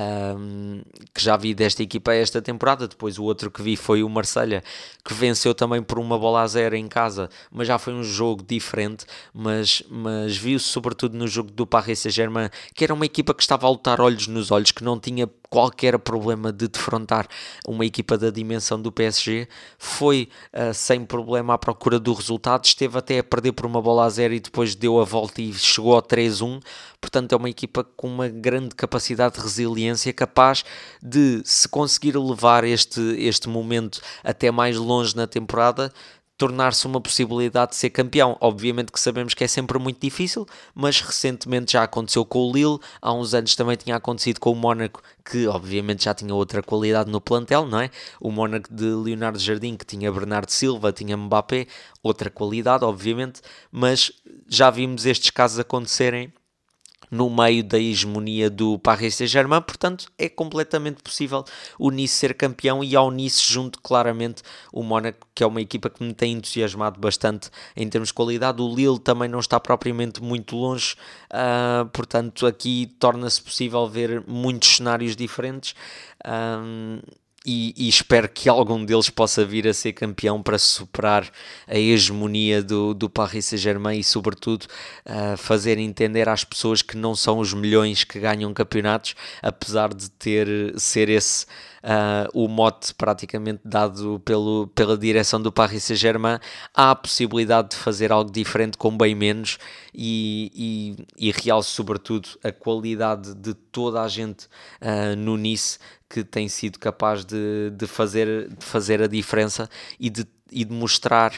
desta equipa esta temporada. Depois o outro que vi foi o Marselha, que venceu também por 1-0 em casa, mas já foi um jogo diferente, mas viu-se sobretudo no jogo do Paris Saint-Germain, que era uma equipa que estava a lutar olhos nos olhos, que não tinha qualquer problema de defrontar uma equipa da dimensão do PSG, foi sem problema à procura do resultado, esteve até a perder por 1-0 e depois deu a volta e chegou ao 3-1, portanto é uma equipa com uma grande capacidade de resiliência, capaz de, se conseguir levar este momento até mais longe na temporada, tornar-se uma possibilidade de ser campeão. Obviamente que sabemos que é sempre muito difícil, mas recentemente já aconteceu com o Lille, há uns anos também tinha acontecido com o Mónaco, que obviamente já tinha outra qualidade no plantel, não é? O Mónaco de Leonardo Jardim, que tinha Bernardo Silva, tinha Mbappé, outra qualidade, obviamente, mas já vimos estes casos acontecerem no meio da hegemonia do Paris Saint-Germain, portanto é completamente possível o Nice ser campeão, e ao Nice junto claramente o Mónaco, que é uma equipa que me tem entusiasmado bastante em termos de qualidade. O Lille também não está propriamente muito longe, portanto aqui torna-se possível ver muitos cenários diferentes. E espero que algum deles possa vir a ser campeão para superar a hegemonia do Paris Saint-Germain e sobretudo fazer entender às pessoas que não são os milhões que ganham campeonatos, apesar de ser esse o mote praticamente dado pela direção do Paris Saint-Germain, há a possibilidade de fazer algo diferente com bem menos e realço sobretudo a qualidade de toda a gente no Nice, que tem sido capaz de fazer a diferença e de mostrar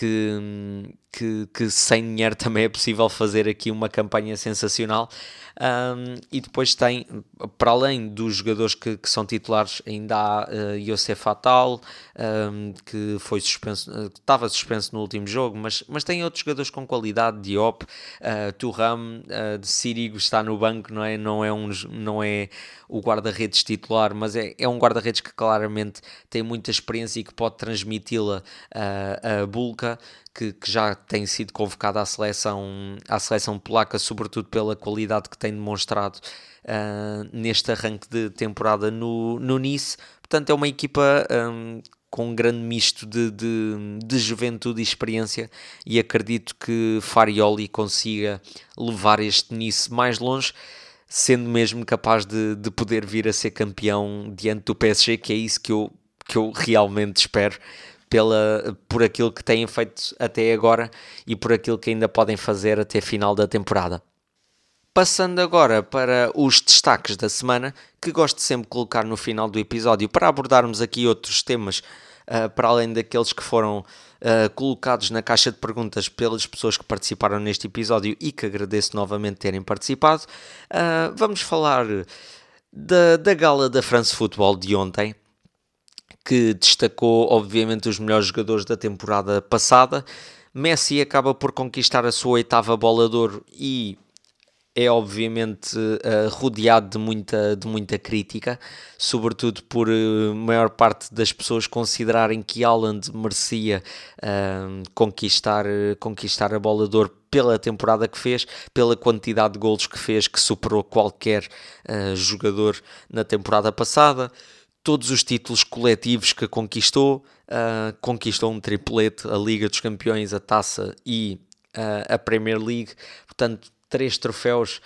que sem dinheiro também é possível fazer aqui uma campanha sensacional. E depois tem, para além dos jogadores que são titulares, ainda há Youssef Attal, que foi suspenso, estava suspenso no último jogo, mas tem outros jogadores com qualidade, Diop, Thuram, de Sirigu está no banco, não é o guarda-redes titular, mas é um guarda-redes que claramente tem muita experiência e que pode transmiti-la a Bulka, que já tem sido convocado à seleção polaca, sobretudo pela qualidade que tem demonstrado neste arranque de temporada no Nice. Portanto, é uma equipa com um grande misto de juventude e experiência, e acredito que Farioli consiga levar este Nice mais longe, sendo mesmo capaz de poder vir a ser campeão diante do PSG, que é isso que eu realmente espero, por aquilo que têm feito até agora e por aquilo que ainda podem fazer até final da temporada. Passando agora para os destaques da semana, que gosto sempre de colocar no final do episódio, para abordarmos aqui outros temas, para além daqueles que foram colocados na caixa de perguntas pelas pessoas que participaram neste episódio e que agradeço novamente terem participado. Vamos falar da gala da France Football de ontem, que destacou obviamente os melhores jogadores da temporada passada. Messi acaba por conquistar a sua 8ª bola de ouro e é obviamente rodeado de muita crítica, sobretudo por maior parte das pessoas considerarem que Haaland merecia conquistar a bola de ouro pela temporada que fez, pela quantidade de golos que fez, que superou qualquer jogador na temporada passada. Todos os títulos coletivos que conquistou, conquistou um triplete, a Liga dos Campeões, a Taça e a Premier League, portanto 3 troféus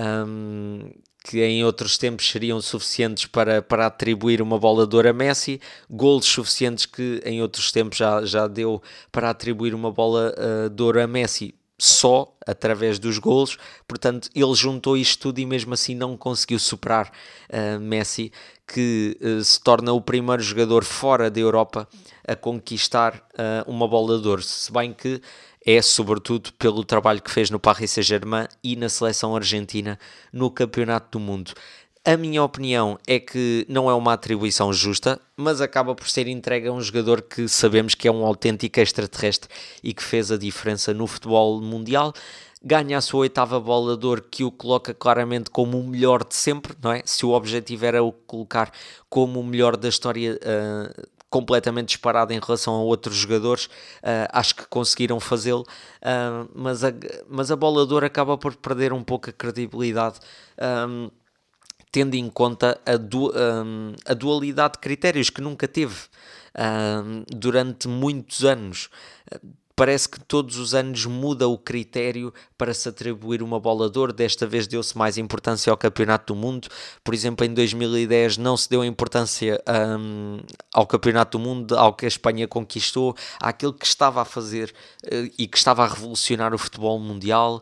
que em outros tempos seriam suficientes para atribuir uma bola de ouro a Messi, golos suficientes que em outros tempos já deu para atribuir uma bola de ouro a Messi, só através dos golos. Portanto, ele juntou isto tudo e mesmo assim não conseguiu superar Messi, que se torna o primeiro jogador fora da Europa a conquistar uma bola de ouro, se bem que é sobretudo pelo trabalho que fez no Paris Saint-Germain e na seleção argentina no Campeonato do Mundo. A minha opinião é que não é uma atribuição justa, mas acaba por ser entregue a um jogador que sabemos que é um autêntico extraterrestre e que fez a diferença no futebol mundial. Ganha a sua 8ª bola de ouro, que o coloca claramente como o melhor de sempre, não é? Se o objetivo era o colocar como o melhor da história, completamente disparado em relação a outros jogadores, acho que conseguiram fazê-lo, mas a bola de ouro acaba por perder um pouco a credibilidade, tendo em conta a dualidade de critérios que nunca teve durante muitos anos. Parece que todos os anos muda o critério para se atribuir uma bola de ouro. Desta vez deu-se mais importância ao Campeonato do Mundo. Por exemplo, em 2010 não se deu importância ao Campeonato do Mundo, ao que a Espanha conquistou, àquilo que estava a fazer e que estava a revolucionar o futebol mundial,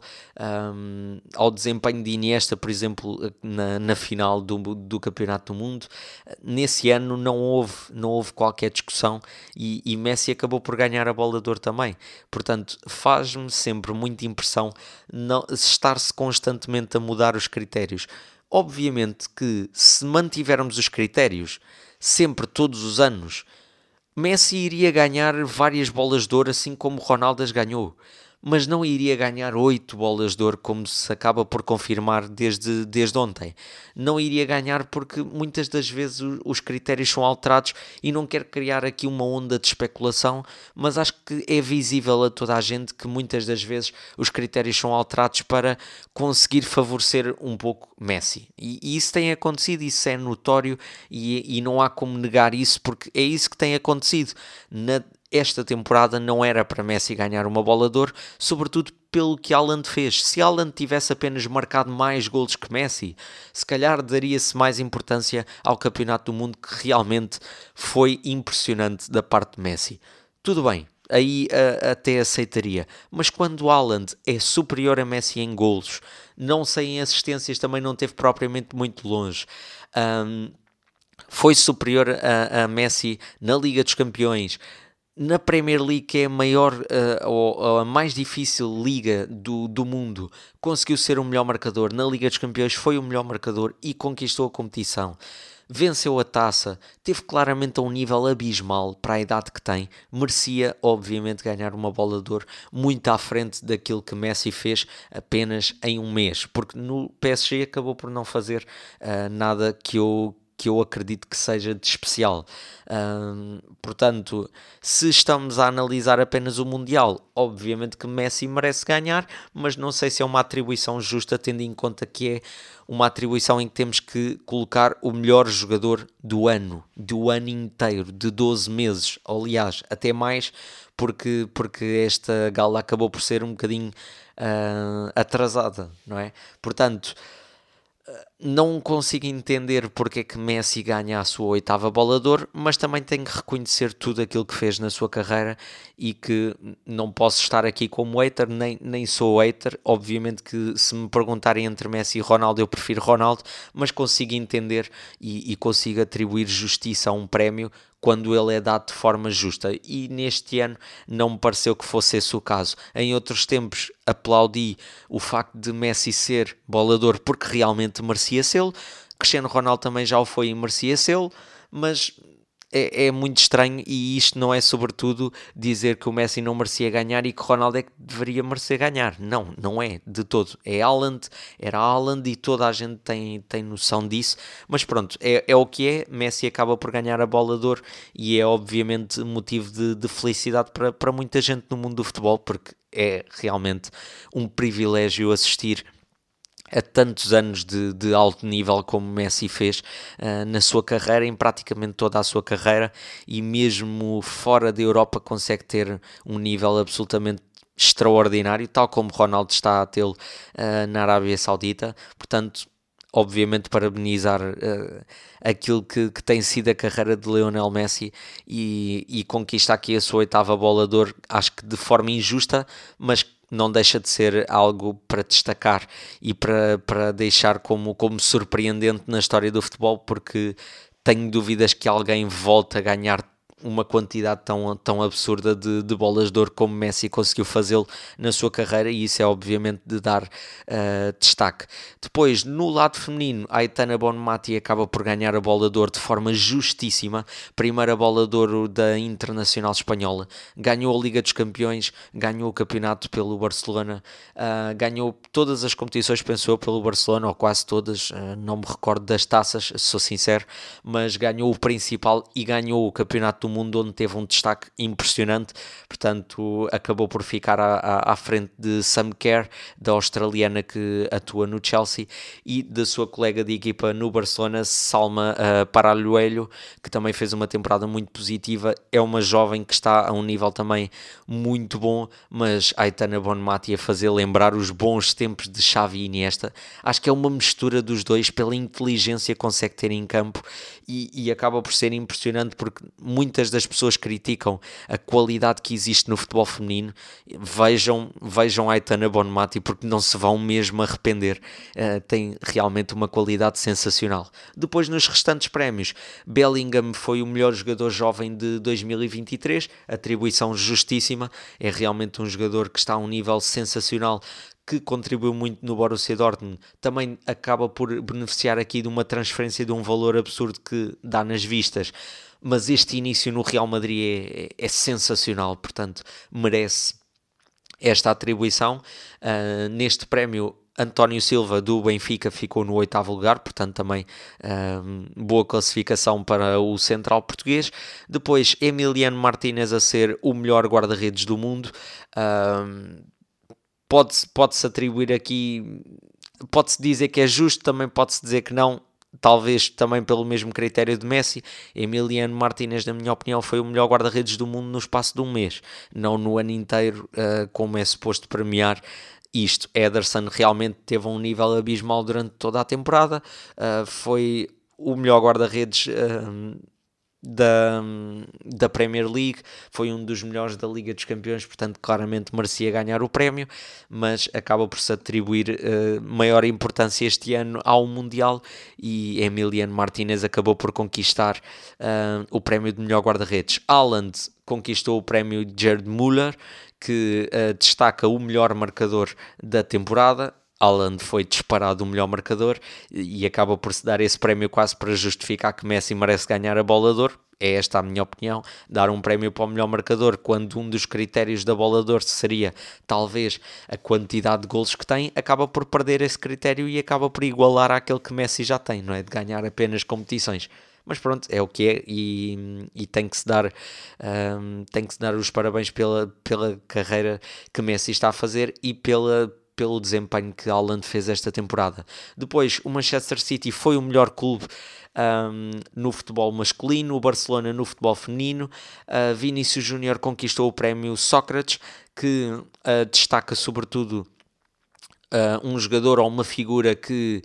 ao desempenho de Iniesta, por exemplo, na final do Campeonato do Mundo. Nesse ano não houve qualquer discussão e Messi acabou por ganhar a bola de ouro também. Portanto, faz-me sempre muita impressão estar-se constantemente a mudar os critérios. Obviamente que se mantivermos os critérios sempre, todos os anos, Messi iria ganhar várias bolas de ouro, assim como Ronaldo as ganhou, mas não iria ganhar 8 bolas de ouro, como se acaba por confirmar desde ontem. Não iria ganhar porque muitas das vezes os critérios são alterados, e não quero criar aqui uma onda de especulação, mas acho que é visível a toda a gente que muitas das vezes os critérios são alterados para conseguir favorecer um pouco Messi. E isso tem acontecido, isso é notório, e não há como negar isso, porque é isso que tem acontecido. Esta temporada não era para Messi ganhar uma bola de ouro, sobretudo pelo que Haaland fez. Se Haaland tivesse apenas marcado mais golos que Messi, se calhar daria-se mais importância ao Campeonato do Mundo, que realmente foi impressionante da parte de Messi. Tudo bem, aí até aceitaria. Mas quando o Haaland é superior a Messi em golos, não sei em assistências, também não teve propriamente muito longe. Foi superior a Messi na Liga dos Campeões, na Premier League, que é a maior ou a mais difícil liga do mundo, conseguiu ser o melhor marcador. Na Liga dos Campeões foi o melhor marcador e conquistou a competição. Venceu a taça, teve claramente a um nível abismal para a idade que tem, merecia obviamente ganhar uma bola de ouro muito à frente daquilo que Messi fez apenas em um mês, porque no PSG acabou por não fazer nada que eu acredito que seja de especial. Portanto, se estamos a analisar apenas o Mundial, obviamente que Messi merece ganhar, mas não sei se é uma atribuição justa, tendo em conta que é uma atribuição em que temos que colocar o melhor jogador do ano inteiro, de 12 meses, aliás, até mais, porque esta gala acabou por ser um bocadinho atrasada, não é? Portanto, não consigo entender porque é que Messi ganha a sua 8ª bola de ouro, mas também tenho que reconhecer tudo aquilo que fez na sua carreira e que não posso estar aqui como hater, nem sou hater. Obviamente que se me perguntarem entre Messi e Ronaldo, eu prefiro Ronaldo, mas consigo entender e consigo atribuir justiça a um prémio quando ele é dado de forma justa, e neste ano não me pareceu que fosse esse o caso. Em outros tempos aplaudi o facto de Messi ser bola de ouro porque realmente merecia sê-lo. Cristiano Ronaldo também já o foi e merecia sê-lo, mas é muito estranho, e isto não é sobretudo dizer que o Messi não merecia ganhar e que o Ronaldo é que deveria merecer ganhar. Não é de todo. Era Haaland e toda a gente tem noção disso, mas pronto, é o que é. Messi acaba por ganhar a bola de ouro e é obviamente motivo de felicidade para muita gente no mundo do futebol, porque é realmente um privilégio assistir a tantos anos de alto nível como Messi fez na sua carreira, em praticamente toda a sua carreira, e mesmo fora da Europa consegue ter um nível absolutamente extraordinário, tal como Ronaldo está a tê-lo na Arábia Saudita. Portanto, obviamente parabenizar aquilo que tem sido a carreira de Lionel Messi, e conquista aqui a sua 8ª bola de ouro, acho que de forma injusta, mas não deixa de ser algo para destacar e para deixar como surpreendente na história do futebol, porque tenho dúvidas que alguém volte a ganhar uma quantidade tão absurda de bolas de ouro como Messi conseguiu fazê-lo na sua carreira, e isso é obviamente de dar destaque. Depois, no lado feminino, a Aitana Bonmati acaba por ganhar a bola de ouro de forma justíssima, primeira bola de ouro da Internacional Espanhola, ganhou a Liga dos Campeões, ganhou o campeonato pelo Barcelona, ganhou todas as competições, pensou, pelo Barcelona, ou quase todas, não me recordo das taças, sou sincero, mas ganhou o principal e ganhou o campeonato do mundo, onde teve um destaque impressionante. Portanto, acabou por ficar à frente de Sam Kerr, da australiana que atua no Chelsea, e da sua colega de equipa no Barcelona, Salma Paralluelo, que também fez uma temporada muito positiva. É uma jovem que está a um nível também muito bom, mas a Aitana Bonmati a fazer lembrar os bons tempos de Xavi e Iniesta. Acho que é uma mistura dos dois pela inteligência que consegue ter em campo, e acaba por ser impressionante, porque muitas das pessoas criticam a qualidade que existe no futebol feminino. Vejam a Aitana Bonmati, porque não se vão mesmo arrepender. Tem realmente uma qualidade sensacional. Depois, nos restantes prémios, Bellingham foi o melhor jogador jovem de 2023, atribuição justíssima. É realmente um jogador que está a um nível sensacional, que contribuiu muito no Borussia Dortmund. Também acaba por beneficiar aqui de uma transferência de um valor absurdo que dá nas vistas, mas este início no Real Madrid é sensacional, portanto merece esta atribuição. Neste prémio, António Silva do Benfica ficou no 8º lugar, portanto também boa classificação para o central português. Depois, Emiliano Martínez a ser o melhor guarda-redes do mundo. Pode-se atribuir aqui, pode-se dizer que é justo, também pode-se dizer que não. talvez também pelo mesmo critério de Messi, Emiliano Martínez, na minha opinião, foi o melhor guarda-redes do mundo no espaço de um mês, não no ano inteiro, como é suposto premiar isto. Ederson realmente teve um nível abismal durante toda a temporada, foi o melhor guarda-redes da Premier League, foi um dos melhores da Liga dos Campeões, portanto claramente merecia ganhar o prémio, mas acaba por se atribuir maior importância este ano ao Mundial, e Emiliano Martínez acabou por conquistar o prémio de melhor guarda-redes. Haaland conquistou o prémio de Gerd Müller, que destaca o melhor marcador da temporada. Haaland foi disparado o melhor marcador e acaba por se dar esse prémio quase para justificar que Messi merece ganhar a Bola de Ouro. É esta a minha opinião, dar um prémio para o melhor marcador quando um dos critérios da Bola de Ouro seria talvez a quantidade de golos que tem, acaba por perder esse critério e acaba por igualar àquele que Messi já tem, não é? De ganhar apenas competições. Mas pronto, é o que é, e tem que se dar os parabéns pela carreira que Messi está a fazer e pelo desempenho que Haaland fez esta temporada. Depois, o Manchester City foi o melhor clube no futebol masculino, o Barcelona no futebol feminino. Vinícius Júnior conquistou o prémio Sócrates, que destaca sobretudo um jogador ou uma figura que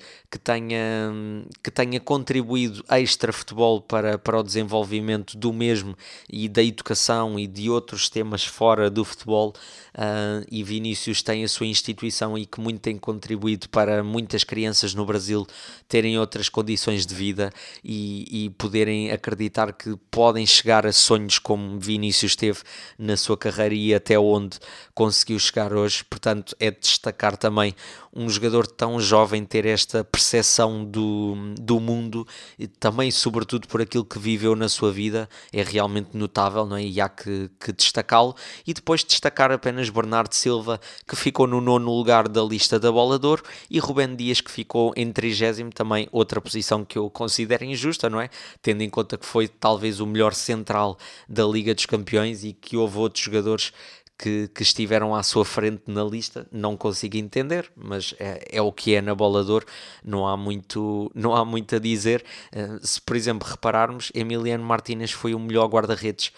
tenha contribuído extra futebol para o desenvolvimento do mesmo e da educação e de outros temas fora do futebol, e Vinícius tem a sua instituição e que muito tem contribuído para muitas crianças no Brasil terem outras condições de vida e poderem acreditar que podem chegar a sonhos como Vinícius teve na sua carreira e até onde conseguiu chegar hoje. Portanto, é de destacar também um jogador tão jovem ter esta percepção do mundo e também, sobretudo, por aquilo que viveu na sua vida, é realmente notável, não é? E há que destacá-lo. E depois destacar apenas Bernardo Silva, que ficou no 9º lugar da lista da Bola de Ouro, e Rubén Dias, que ficou em 30º, também outra posição que eu considero injusta, não é? Tendo em conta que foi talvez o melhor central da Liga dos Campeões e que houve outros jogadores que estiveram à sua frente na lista. Não consigo entender, mas é o que é na Bola de Ouro, não há muito a dizer. Se, por exemplo, repararmos, Emiliano Martínez foi o melhor guarda-redes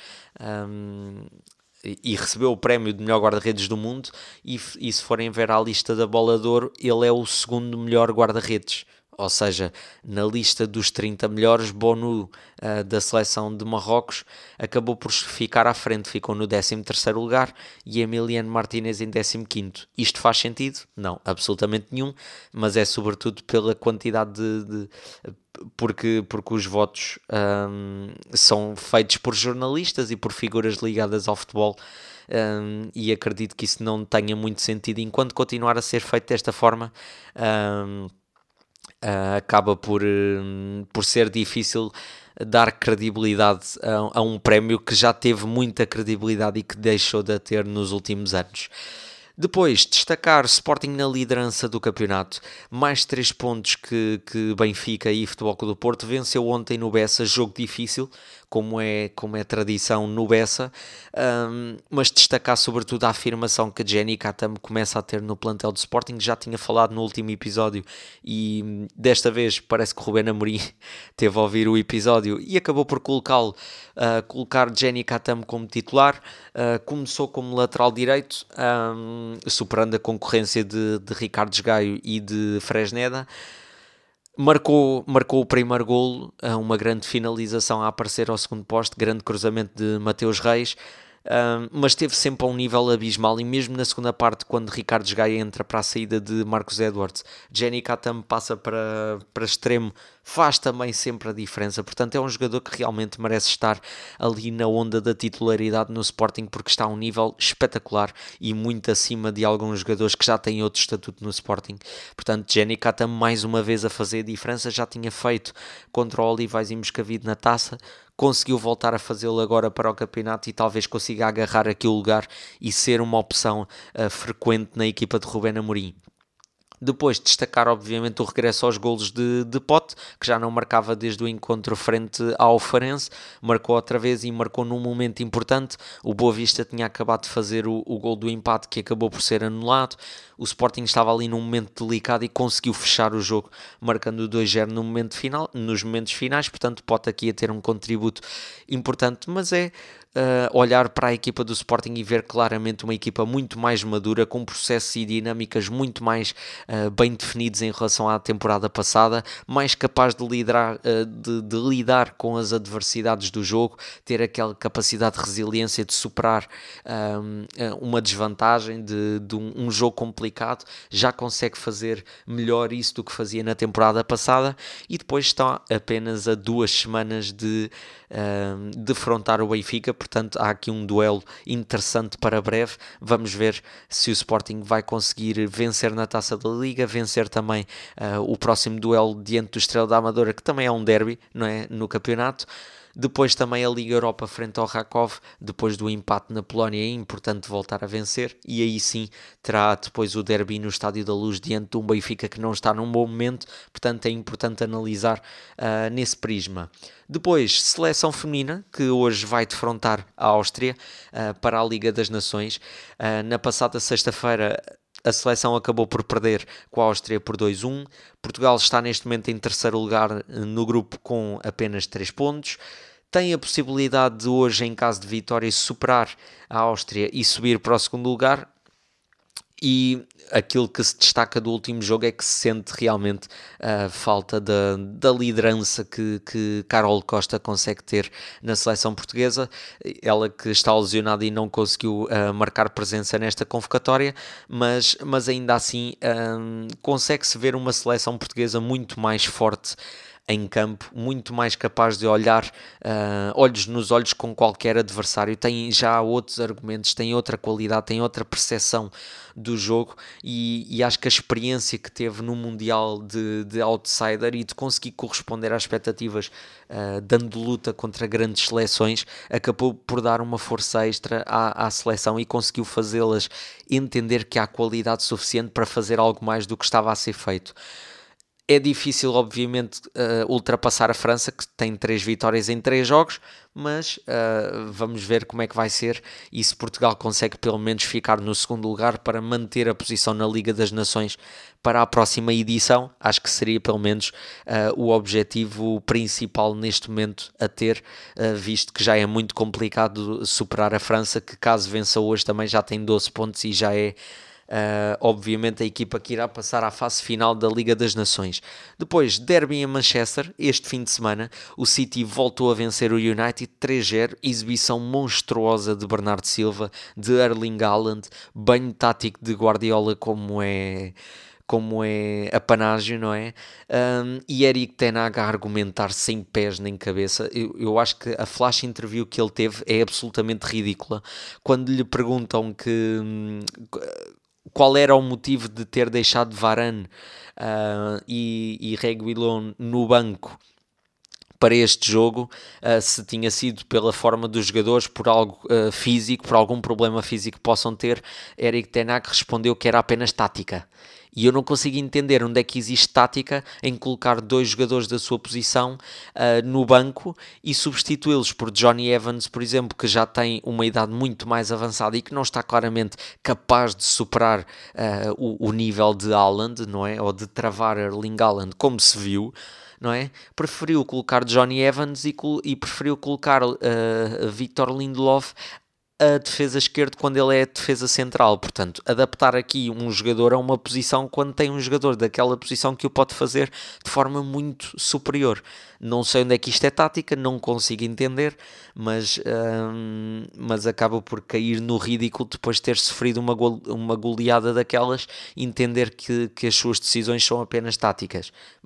e recebeu o prémio de melhor guarda-redes do mundo, e se forem ver a lista da Bola de Ouro, ele é o segundo melhor guarda-redes. Ou seja, na lista dos 30 melhores, Bonu, da seleção de Marrocos, acabou por ficar à frente, ficou no 13º lugar, e Emiliano Martínez em 15º. Isto faz sentido? Não, absolutamente nenhum, mas é sobretudo pela quantidade porque os votos são feitos por jornalistas e por figuras ligadas ao futebol. E acredito que isso não tenha muito sentido enquanto continuar a ser feito desta forma. Acaba por ser difícil dar credibilidade a um prémio que já teve muita credibilidade e que deixou de a ter nos últimos anos. Depois, destacar Sporting na liderança do campeonato, mais 3 pontos que Benfica e Futebol Clube do Porto. Venceu ontem no Bessa, jogo difícil, como é tradição no Bessa, mas destacar sobretudo a afirmação que a Jenny Katam começa a ter no plantel do Sporting. Já tinha falado no último episódio e desta vez parece que o Rubén Amorim teve a ouvir o episódio e acabou por colocar Jenny Katam como titular. Começou como lateral direito, superando a concorrência de Ricardo Gaio e de Fresneda. Marcou o primeiro golo, uma grande finalização a aparecer ao segundo poste, grande cruzamento de Mateus Reis, mas esteve sempre a um nível abismal, e mesmo na segunda parte, quando Ricardo Gaia entra para a saída de Marcos Edwards, Jenny Katam passa para extremo, faz também sempre a diferença. Portanto, é um jogador que realmente merece estar ali na onda da titularidade no Sporting, porque está a um nível espetacular e muito acima de alguns jogadores que já têm outro estatuto no Sporting. Portanto, Jenny Katam mais uma vez a fazer a diferença, já tinha feito contra o Olivais e Moscavide na Taça, conseguiu voltar a fazê-lo agora para o campeonato e talvez consiga agarrar aqui o lugar e ser uma opção frequente na equipa de Rubén Amorim. Depois destacar obviamente o regresso aos golos de Pote, que já não marcava desde o encontro frente ao Farense, marcou outra vez e marcou num momento importante. O Boa Vista tinha acabado de fazer o gol do empate, que acabou por ser anulado. O Sporting estava ali num momento delicado e conseguiu fechar o jogo, marcando o 2-0 no momento final, nos momentos finais. Portanto, Pote aqui a ter um contributo importante, mas é olhar para a equipa do Sporting e ver claramente uma equipa muito mais madura, com processos e dinâmicas muito mais bem definidos em relação à temporada passada, mais capaz de lidar com as adversidades do jogo, ter aquela capacidade de resiliência de superar uma desvantagem de um jogo complicado, já consegue fazer melhor isso do que fazia na temporada passada, e depois está apenas a 2 semanas de defrontar o Benfica. Portanto há aqui um duelo interessante para breve. Vamos ver se o Sporting vai conseguir vencer na Taça da Liga, vencer também o próximo duelo diante do Estrela da Amadora, que também é um derby, não é, no campeonato. Depois também a Liga Europa frente ao Rakov, depois do empate na Polónia. É importante voltar a vencer, e aí sim terá depois o derby no Estádio da Luz diante de um Benfica que não está num bom momento. Portanto é importante analisar nesse prisma. Depois, seleção feminina, que hoje vai defrontar a Áustria para a Liga das Nações. Na passada sexta-feira a seleção acabou por perder com a Áustria por 2-1. Portugal está neste momento em terceiro lugar no grupo com apenas 3 pontos. Tem a possibilidade de hoje, em caso de vitória, superar a Áustria e subir para o segundo lugar. E aquilo que se destaca do último jogo é que se sente realmente a falta da liderança que Carol Costa consegue ter na seleção portuguesa. Ela que está lesionada e não conseguiu marcar presença nesta convocatória, mas ainda assim consegue-se ver uma seleção portuguesa muito mais forte em campo, muito mais capaz de olhar olhos nos olhos com qualquer adversário. Tem já outros argumentos, tem outra qualidade, tem outra percepção do jogo, e acho que a experiência que teve no Mundial de outsider e de conseguir corresponder às expectativas dando luta contra grandes seleções, acabou por dar uma força extra à seleção e conseguiu fazê-las entender que há qualidade suficiente para fazer algo mais do que estava a ser feito. É difícil, obviamente, ultrapassar a França, que tem 3 vitórias em 3 jogos, mas vamos ver como é que vai ser e se Portugal consegue pelo menos ficar no segundo lugar para manter a posição na Liga das Nações para a próxima edição. Acho que seria pelo menos o objetivo principal neste momento a ter, visto que já é muito complicado superar a França, que caso vença hoje também já tem 12 pontos e já é obviamente a equipa que irá passar à fase final da Liga das Nações. Depois, derby em Manchester, este fim de semana, o City voltou a vencer o United 3-0, exibição monstruosa de Bernardo Silva, de Erling Haaland, banho tático de Guardiola como é apanágio, não é? E Erik ten Hag a argumentar sem pés nem cabeça. Eu acho que a flash interview que ele teve é absolutamente ridícula. Quando lhe perguntam qual era o motivo de ter deixado Varane e Reguilón no banco para este jogo, se tinha sido pela forma dos jogadores, por algo físico, por algum problema físico que possam ter, Erik ten Hag respondeu que era apenas tática. E eu não consigo entender onde é que existe tática em colocar 2 jogadores da sua posição no banco e substituí-los por Johnny Evans, por exemplo, que já tem uma idade muito mais avançada e que não está claramente capaz de superar o nível de Haaland, não é? Ou de travar Erling Haaland, como se viu, não é? Preferiu colocar Johnny Evans e preferiu colocar Victor Lindelof a defesa esquerda quando ele é defesa central. Portanto, adaptar aqui um jogador a uma posição quando tem um jogador daquela posição que o pode fazer de forma muito superior. Não sei onde é que isto é tática, não consigo entender, mas acaba por cair no ridículo depois de ter sofrido uma goleada daquelas, entender que as suas decisões são apenas táticas. Mas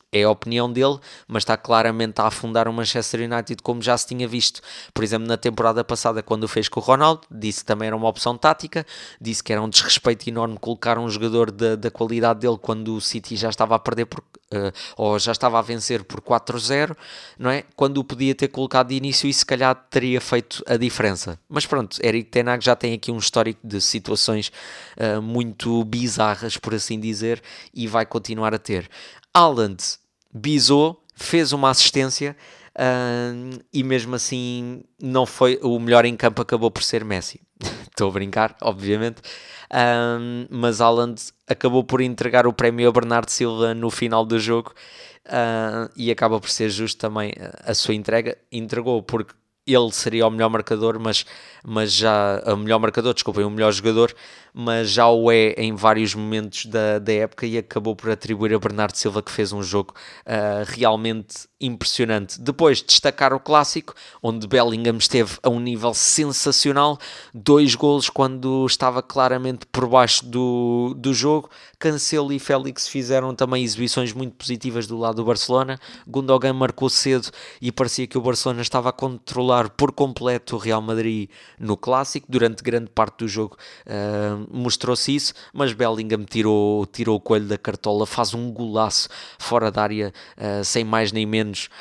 É a opinião dele, mas está claramente a afundar o Manchester United como já se tinha visto. Por exemplo, na temporada passada, quando o fez com o Ronaldo, disse que também era uma opção tática, disse que era um desrespeito enorme colocar um jogador da qualidade dele quando o City já estava a perder ou já estava a vencer por 4-0, não é? Quando o podia ter colocado de início e se calhar teria feito a diferença. Mas pronto, Erik ten Hag já tem aqui um histórico de situações muito bizarras, por assim dizer, e vai continuar a ter. Haaland bisou, fez uma assistência e mesmo assim não foi o melhor em campo, acabou por ser Messi. Estou a brincar, obviamente, mas Haaland acabou por entregar o prémio a Bernardo Silva no final do jogo e acaba por ser justo também a sua entrega. Entregou porque ele seria o melhor marcador, mas já o melhor marcador, desculpem, o melhor jogador, mas já o é em vários momentos da época e acabou por atribuir a Bernardo Silva, que fez um jogo realmente impressionante. Depois destacar o clássico, onde Bellingham esteve a um nível sensacional, 2 golos quando estava claramente por baixo do jogo. Cancelo e Félix fizeram também exibições muito positivas do lado do Barcelona. Gundogan marcou cedo e parecia que o Barcelona estava a controlar por completo o Real Madrid no clássico. Durante grande parte do jogo mostrou-se isso, mas Bellingham tirou o coelho da cartola, faz um golaço fora da área, sem mais nem menos,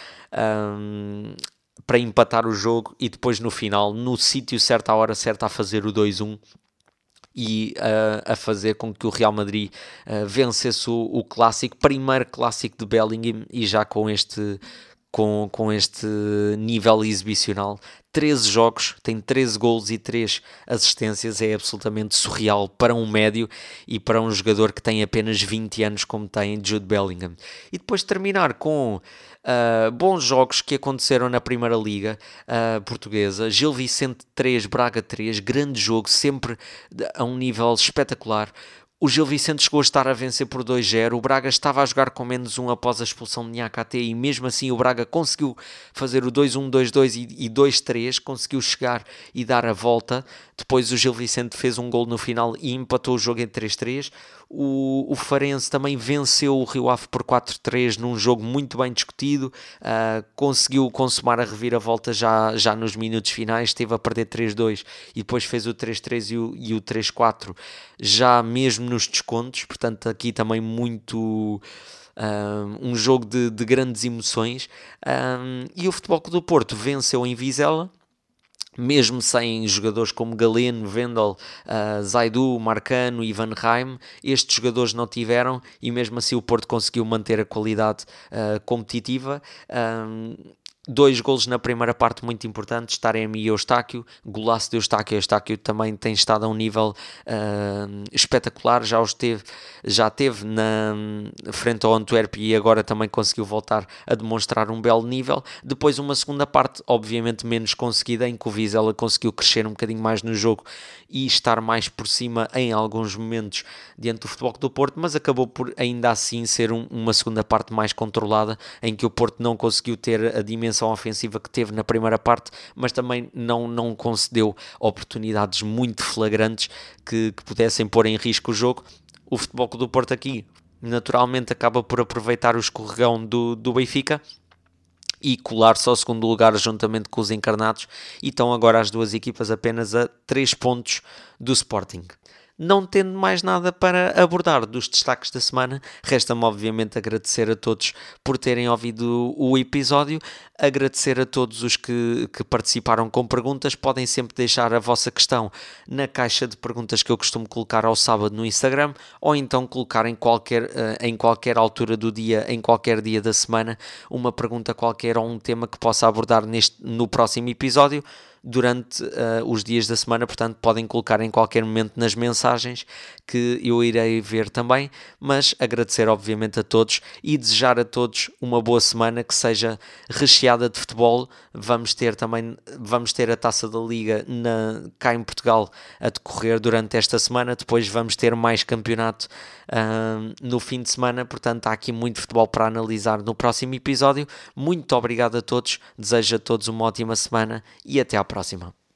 para empatar o jogo, e depois no final, no sítio certo, à hora certa, a fazer o 2-1 e a fazer com que o Real Madrid vencesse o clássico, primeiro clássico de Bellingham, e já com este nível exibicional. 13 jogos, tem 13 golos e 3 assistências, é absolutamente surreal para um médio e para um jogador que tem apenas 20 anos como tem Jude Bellingham. E depois terminar com bons jogos que aconteceram na Primeira Liga portuguesa. Gil Vicente 3, Braga 3, grande jogo, sempre a um nível espetacular. O Gil Vicente chegou a estar a vencer por 2-0, o Braga estava a jogar com menos 1 após a expulsão de Niakate e mesmo assim o Braga conseguiu fazer o 2-1, 2-2 e 2-3, conseguiu chegar e dar a volta. Depois o Gil Vicente fez um gol no final e empatou o jogo em 3-3. O Farense também venceu o Rio Ave por 4-3 num jogo muito bem discutido, conseguiu consumar a reviravolta já nos minutos finais, esteve a perder 3-2 e depois fez o 3-3 e o 3-4 já mesmo nos descontos. Portanto aqui também muito um jogo de grandes emoções, e o Futebol Clube do Porto venceu em Vizela, mesmo sem jogadores como Galeno, Vendel, Zaidu, Marcano e Van Rijn. Estes jogadores não tiveram e mesmo assim o Porto conseguiu manter a qualidade competitiva. 2 golos na primeira parte muito importantes, Taremi e Eustáquio, golaço de Eustáquio também tem estado a um nível espetacular, já teve na frente ao Antwerp e agora também conseguiu voltar a demonstrar um belo nível. Depois uma segunda parte obviamente menos conseguida, em que o Vizela conseguiu crescer um bocadinho mais no jogo e estar mais por cima em alguns momentos diante do Futebol do Porto, mas acabou por ainda assim ser uma segunda parte mais controlada, em que o Porto não conseguiu ter a dimensão ofensiva que teve na primeira parte, mas também não concedeu oportunidades muito flagrantes que pudessem pôr em risco o jogo. O Futebol do Porto aqui naturalmente acaba por aproveitar o escorregão do Benfica e colar-se ao segundo lugar juntamente com os encarnados, e estão agora as duas equipas apenas a 3 pontos do Sporting. Não tendo mais nada para abordar dos destaques da semana, resta-me obviamente agradecer a todos por terem ouvido o episódio, agradecer a todos os que participaram com perguntas. Podem sempre deixar a vossa questão na caixa de perguntas que eu costumo colocar ao sábado no Instagram, ou então colocar em qualquer altura do dia, em qualquer dia da semana, uma pergunta qualquer ou um tema que possa abordar no próximo episódio durante os dias da semana. Portanto podem colocar em qualquer momento nas mensagens que eu irei ver também, mas agradecer obviamente a todos e desejar a todos uma boa semana, que seja recheada de futebol. Vamos ter a Taça da Liga cá em Portugal a decorrer durante esta semana, depois vamos ter mais campeonato no fim de semana, portanto há aqui muito futebol para analisar no próximo episódio. Muito obrigado a todos, desejo a todos uma ótima semana e até à próxima.